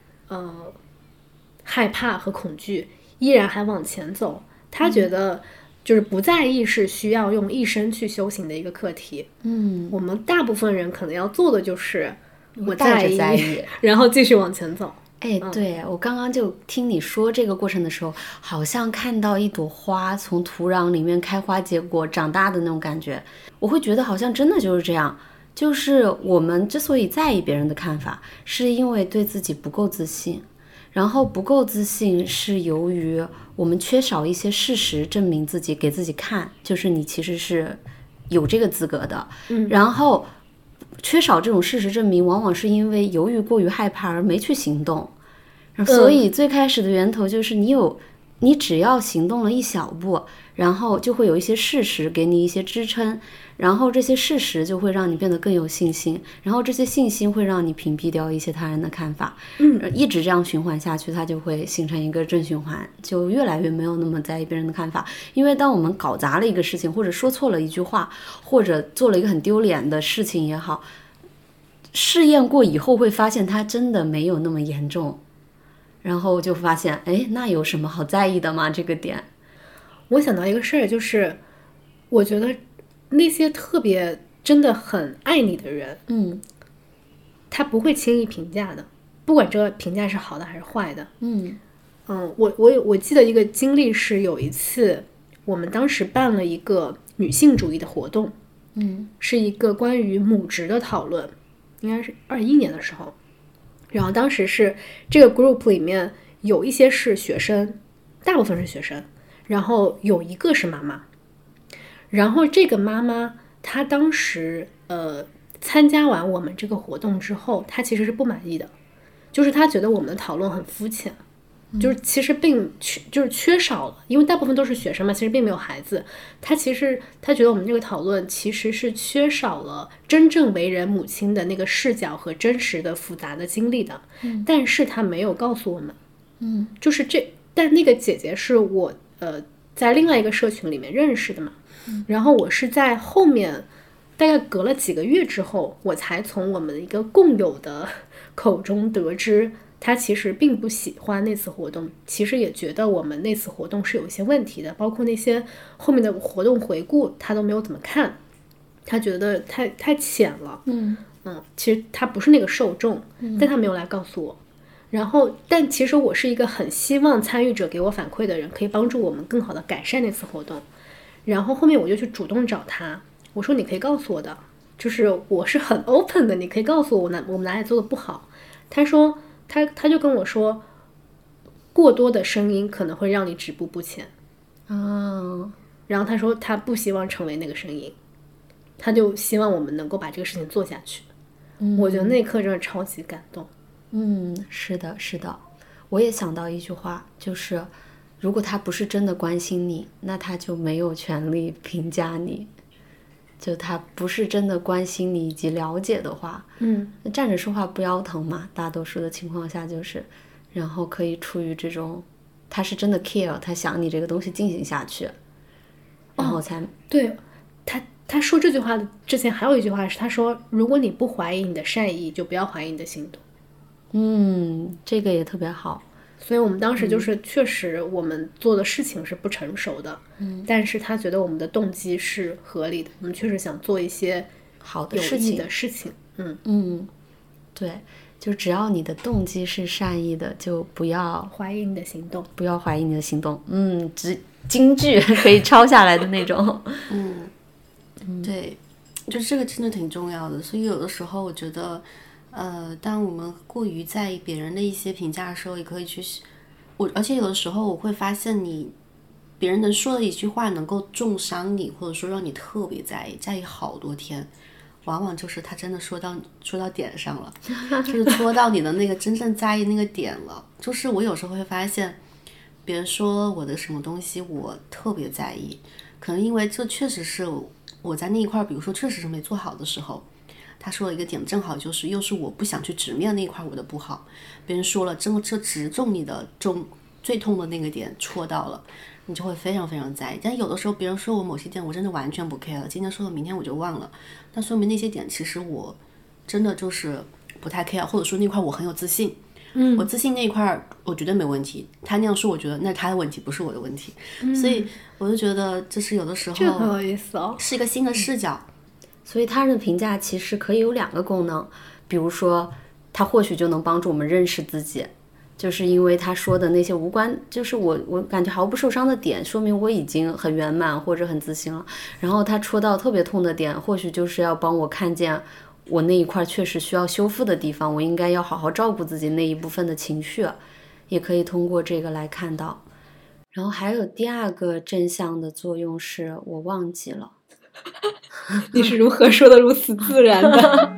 害怕和恐惧依然还往前走。他觉得就是不在意是需要用一生去修行的一个课题。我们大部分人可能要做的就是我在意然后继续往前走。 对，我刚刚就听你说这个过程的时候，好像看到一朵花从土壤里面开花结果长大的那种感觉。我会觉得好像真的就是这样，就是我们之所以在意别人的看法，是因为对自己不够自信，然后不够自信是由于我们缺少一些事实证明自己，给自己看，就是你其实是有这个资格的。然后缺少这种事实证明，往往是因为由于过于害怕而没去行动。所以最开始的源头就是你只要行动了一小步，然后就会有一些事实给你一些支撑，然后这些事实就会让你变得更有信心，然后这些信心会让你屏蔽掉一些他人的看法。一直这样循环下去，它就会形成一个正循环，就越来越没有那么在意别人的看法。因为当我们搞砸了一个事情，或者说错了一句话，或者做了一个很丢脸的事情也好，试验过以后会发现它真的没有那么严重，然后就发现那有什么好在意的吗？这个点我想到一个事儿，就是我觉得那些特别真的很爱你的人，他不会轻易评价的，不管这个评价是好的还是坏的。我记得一个经历是，有一次我们当时办了一个女性主义的活动，是一个关于母职的讨论，应该是21年的时候。然后当时是这个 group 里面有一些是学生，大部分是学生，然后有一个是妈妈。然后这个妈妈她当时参加完我们这个活动之后，她其实是不满意的，就是她觉得我们的讨论很肤浅，就是其实就是缺少了，因为大部分都是学生嘛，其实并没有孩子。她觉得我们这个讨论其实是缺少了真正为人母亲的那个视角和真实的复杂的经历的。但是她没有告诉我们，就是但那个姐姐是我在另外一个社群里面认识的嘛，然后我是在后面大概隔了几个月之后，我才从我们一个共有的口中得知他其实并不喜欢那次活动，其实也觉得我们那次活动是有一些问题的，包括那些后面的活动回顾他都没有怎么看，他觉得太浅了。其实他不是那个受众，但他没有来告诉我。然后但其实我是一个很希望参与者给我反馈的人，可以帮助我们更好的改善那次活动。然后后面我就去主动找他，我说你可以告诉我的，就是我是很 open 的，你可以告诉我我们哪里做的不好。他说他就跟我说，过多的声音可能会让你止步不前。然后他说他不希望成为那个声音，他就希望我们能够把这个事情做下去。我觉得那一刻真的超级感动。 是的是的，我也想到一句话，就是如果他不是真的关心你，那他就没有权利评价你。就他不是真的关心你以及了解的话，那站着说话不腰疼嘛，大多数的情况下就是，然后可以出于这种他是真的 care， 他想你这个东西进行下去，然后才对。他说这句话之前还有一句话是，他说如果你不怀疑你的善意，就不要怀疑你的行动。 这个也特别好。 所以我们当时就是确实我们做的事情是不成熟的，但是他觉得我们的动机是合理的，我们确实想做一些好的有意义的事情。 对，就只要你的动机是善意的，就不要怀疑你的行动， 不要怀疑你的行动。京剧可以抄下来的那种。 对，就这个真的挺重要的。所以有的时候我觉得当我们过于在意别人的一些评价的时候，也可以去而且有的时候我会发现别人能说的一句话能够重伤你，或者说让你特别在意好多天，往往就是他真的说到点上了，就是戳到你的那个真正在意那个点了。就是我有时候会发现别人说我的什么东西我特别在意，可能因为这确实是我在那一块比如说确实是没做好的时候，他说了一个点，正好就是又是我不想去直面那一块我的不好，别人说了这直中你的最痛的那个点戳到了，你就会非常非常在意。但有的时候别人说我某些点我真的完全不 care 了，今天说了明天我就忘了，但说明那些点其实我真的就是不太 care， 或者说那块我很有自信。我自信那一块我绝对没问题，他那样说我觉得那是他的问题，不是我的问题。所以我就觉得这是有的时候这很有意思是一个新的视角。 所以他人的评价其实可以有2个功能，比如说他或许就能帮助我们认识自己，就是因为他说的那些无关，就是我感觉毫不受伤的点，说明我已经很圆满或者很自信了。然后他戳到特别痛的点，或许就是要帮我看见我那一块确实需要修复的地方，我应该要好好照顾自己那一部分的情绪，也可以通过这个来看到。然后还有第2个正向的作用是我忘记了。 你是如何说的如此自然的？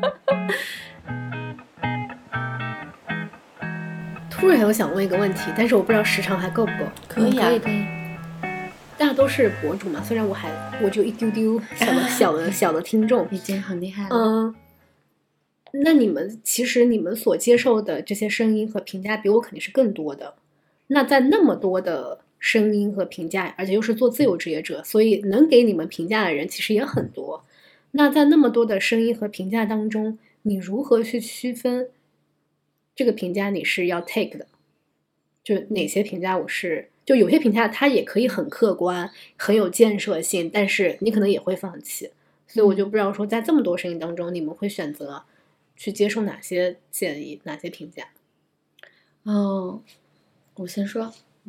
突然我想问一个问题，但是我不知道时长还够不够。 可以啊，可以。 大家都是博主嘛，虽然我只有一丢丢小的听众， 已经很厉害了。 那你们所接受的这些声音和评价比我肯定是更多的。那在那么多的声音和评价，而且又是做自由职业者，所以能给你们评价的人其实也很多。那在那么多的声音和评价当中，你如何去区分这个评价你是要 take 的？就哪些评价就有些评价它也可以很客观很有建设性，但是你可能也会放弃。所以我就不知道说在这么多声音当中，你们会选择去接受哪些建议，哪些评价？ 我先说。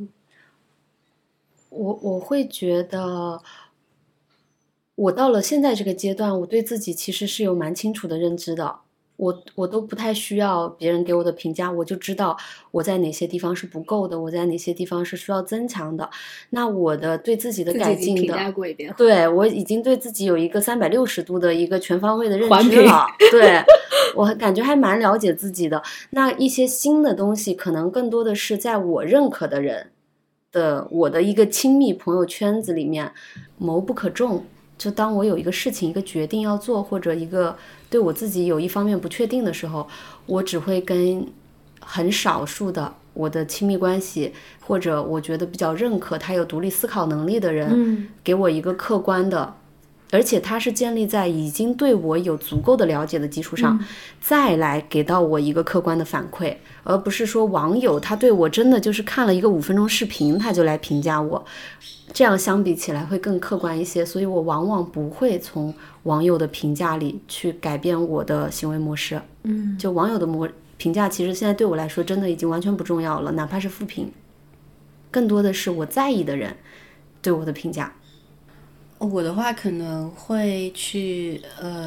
我会觉得我到了现在这个阶段，我对自己其实是有蛮清楚的认知的，我都不太需要别人给我的评价，我就知道我在哪些地方是不够的，我在哪些地方是需要增强的。那我的对自己的改进的， 评价过一遍， 对，我已经对自己有一个360度的一个全方位的认知了。对，我感觉还蛮了解自己的。那一些新的东西可能更多的是在我认可的人的我的一个亲密朋友圈子里面谋不可众。就当我有一个事情一个决定要做，或者一个对我自己有一方面不确定的时候，我只会跟很少数的我的亲密关系或者我觉得比较认可他有独立思考能力的人，给我一个客观的而且它是建立在已经对我有足够的了解的基础上，再来给到我一个客观的反馈，而不是说网友他对我真的就是看了一个5分钟视频他就来评价我，这样相比起来会更客观一些，所以我往往不会从网友的评价里去改变我的行为模式。就网友的评价其实现在对我来说真的已经完全不重要了，哪怕是负评，更多的是我在意的人对我的评价。 我的话可能会去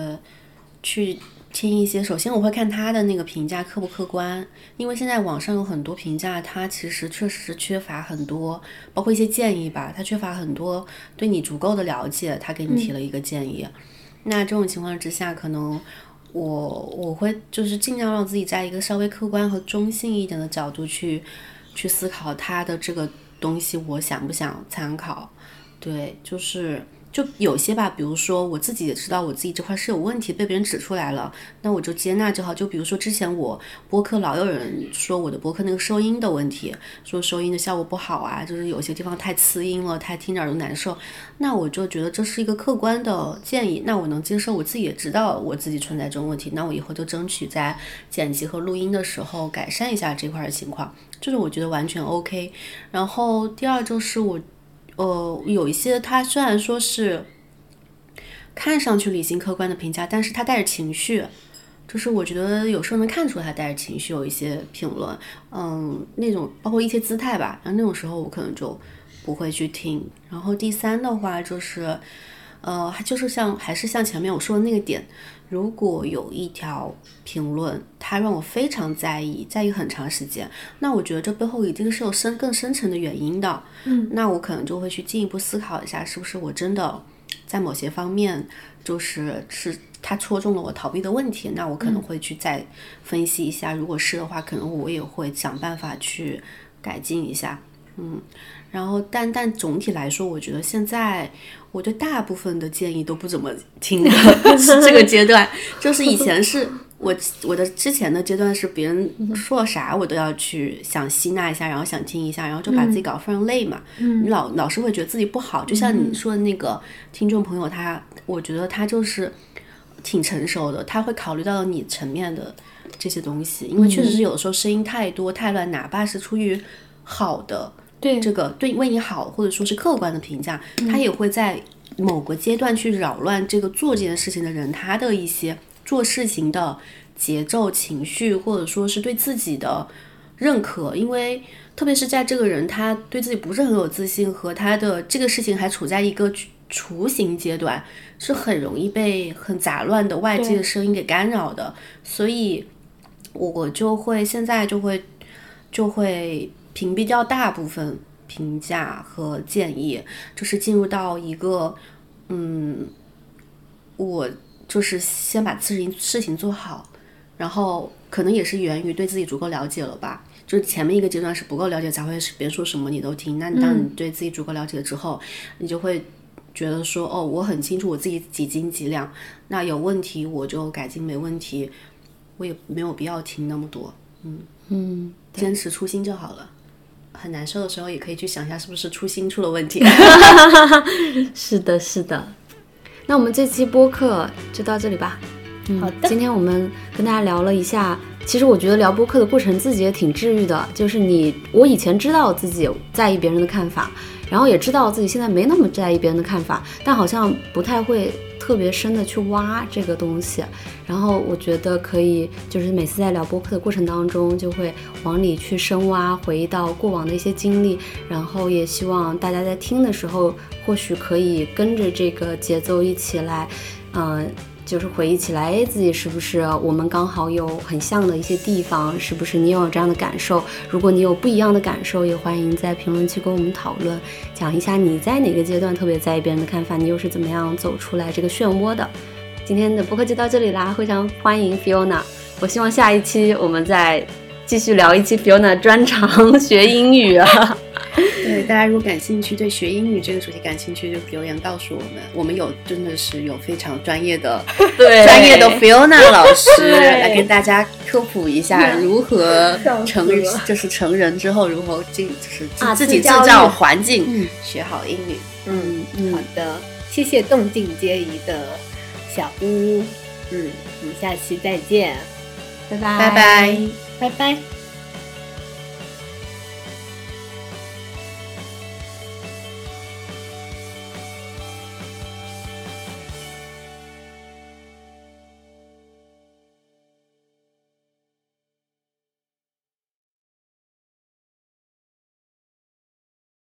听一些，首先我会看他的那个评价客不客观，因为现在网上有很多评价，他其实确实是缺乏很多，包括一些建议吧，他缺乏很多对你足够的了解，他给你提了一个建议。那这种情况之下，可能我会就是尽量让自己在一个稍微客观和中性一点的角度去思考他的这个东西我想不想参考。对，就有些吧，比如说我自己也知道我自己这块是有问题，被别人指出来了，那我就接纳就好。就比如说之前我播客老有人说我的播客那个收音的问题，说收音的效果不好啊，就是有些地方太刺音了，太听着耳朵难受，那我就觉得这是一个客观的建议，那我能接受，我自己也知道我自己存在这种问题，那我以后就争取在剪辑和录音的时候改善一下这块的情况，就是我觉得完全 OK。 然后第二就是有一些他虽然说是看上去理性客观的评价，但是他带着情绪，就是我觉得有时候能看出他带着情绪，有一些评论那种包括一些姿态吧，然后那种时候我可能就不会去听。然后第三的话就是还是像前面我说的那个点，如果有一条评论它让我非常在意很长时间，那我觉得这背后一定是有更深层的原因的。那我可能就会去进一步思考一下，是不是我真的在某些方面是它戳中了我逃避的问题，那我可能会去再分析一下，如果是的话，可能我也会想办法去改进一下。然后但总体来说，我觉得现在我对大部分的建议都不怎么听的这个阶段，就是以前是我的之前的阶段是别人说啥我都要去想吸纳一下，然后想听一下，然后就把自己搞非常累嘛。你老是会觉得自己不好，就像你说的那个听众朋友，我觉得他就是挺成熟的，他会考虑到你层面的这些东西，因为确实是有的时候声音太多太乱，哪怕是出于好的这个对为你好或者说是客观的评价，他也会在某个阶段去扰乱这个做这件事情的人他的一些做事情的节奏情绪，或者说是对自己的认可。因为特别是在这个人他对自己不是很有自信和他的这个事情还处在一个雏形阶段，是很容易被很杂乱的外界的声音给干扰的。所以我现在就会屏蔽掉大部分评价和建议，就是进入到一个我就是先把事情做好，然后可能也是源于对自己足够了解了吧，就是前面一个阶段是不够了解才会是别人说什么你都听，那当你对自己足够了解了之后，你就会觉得说我很清楚我自己几斤几两，那有问题我就改进，没问题我也没有必要听那么多。坚持初心就好了。很难受的时候也可以去想一下是不是初心出了问题。 是的是的，那我们这期播客就到这里吧。 好的， 今天我们跟大家聊了一下，其实我觉得聊播客的过程自己也挺治愈的，就是我以前知道自己在意别人的看法，然后也知道自己现在没那么在意别人的看法，但好像不太会特别深的去挖这个东西。然后我觉得可以就是每次在聊播客的过程当中就会往里去深挖，回忆到过往的一些经历，然后也希望大家在听的时候或许可以跟着这个节奏一起来就是回忆起来自己是不是我们刚好有很像的一些地方，是不是你有这样的感受，如果你有不一样的感受，也欢迎在评论区跟我们讨论，讲一下你在哪个阶段特别在意别人的看法，你又是怎么样走出来这个漩涡的。今天的播客就到这里啦，非常欢迎 Fiona， 我希望下一期我们再继续聊一期 Fiona 专长学英语啊。 对，大家如果感兴趣，对学英语这个主题感兴趣，就留言告诉我们真的是有非常专业的Fiona 老师来跟大家科普一下如何成人之后如何就是自己制造环境学好英语。 好的， 谢谢动静皆宜的小屋，我们下期再见， 拜拜拜拜拜拜。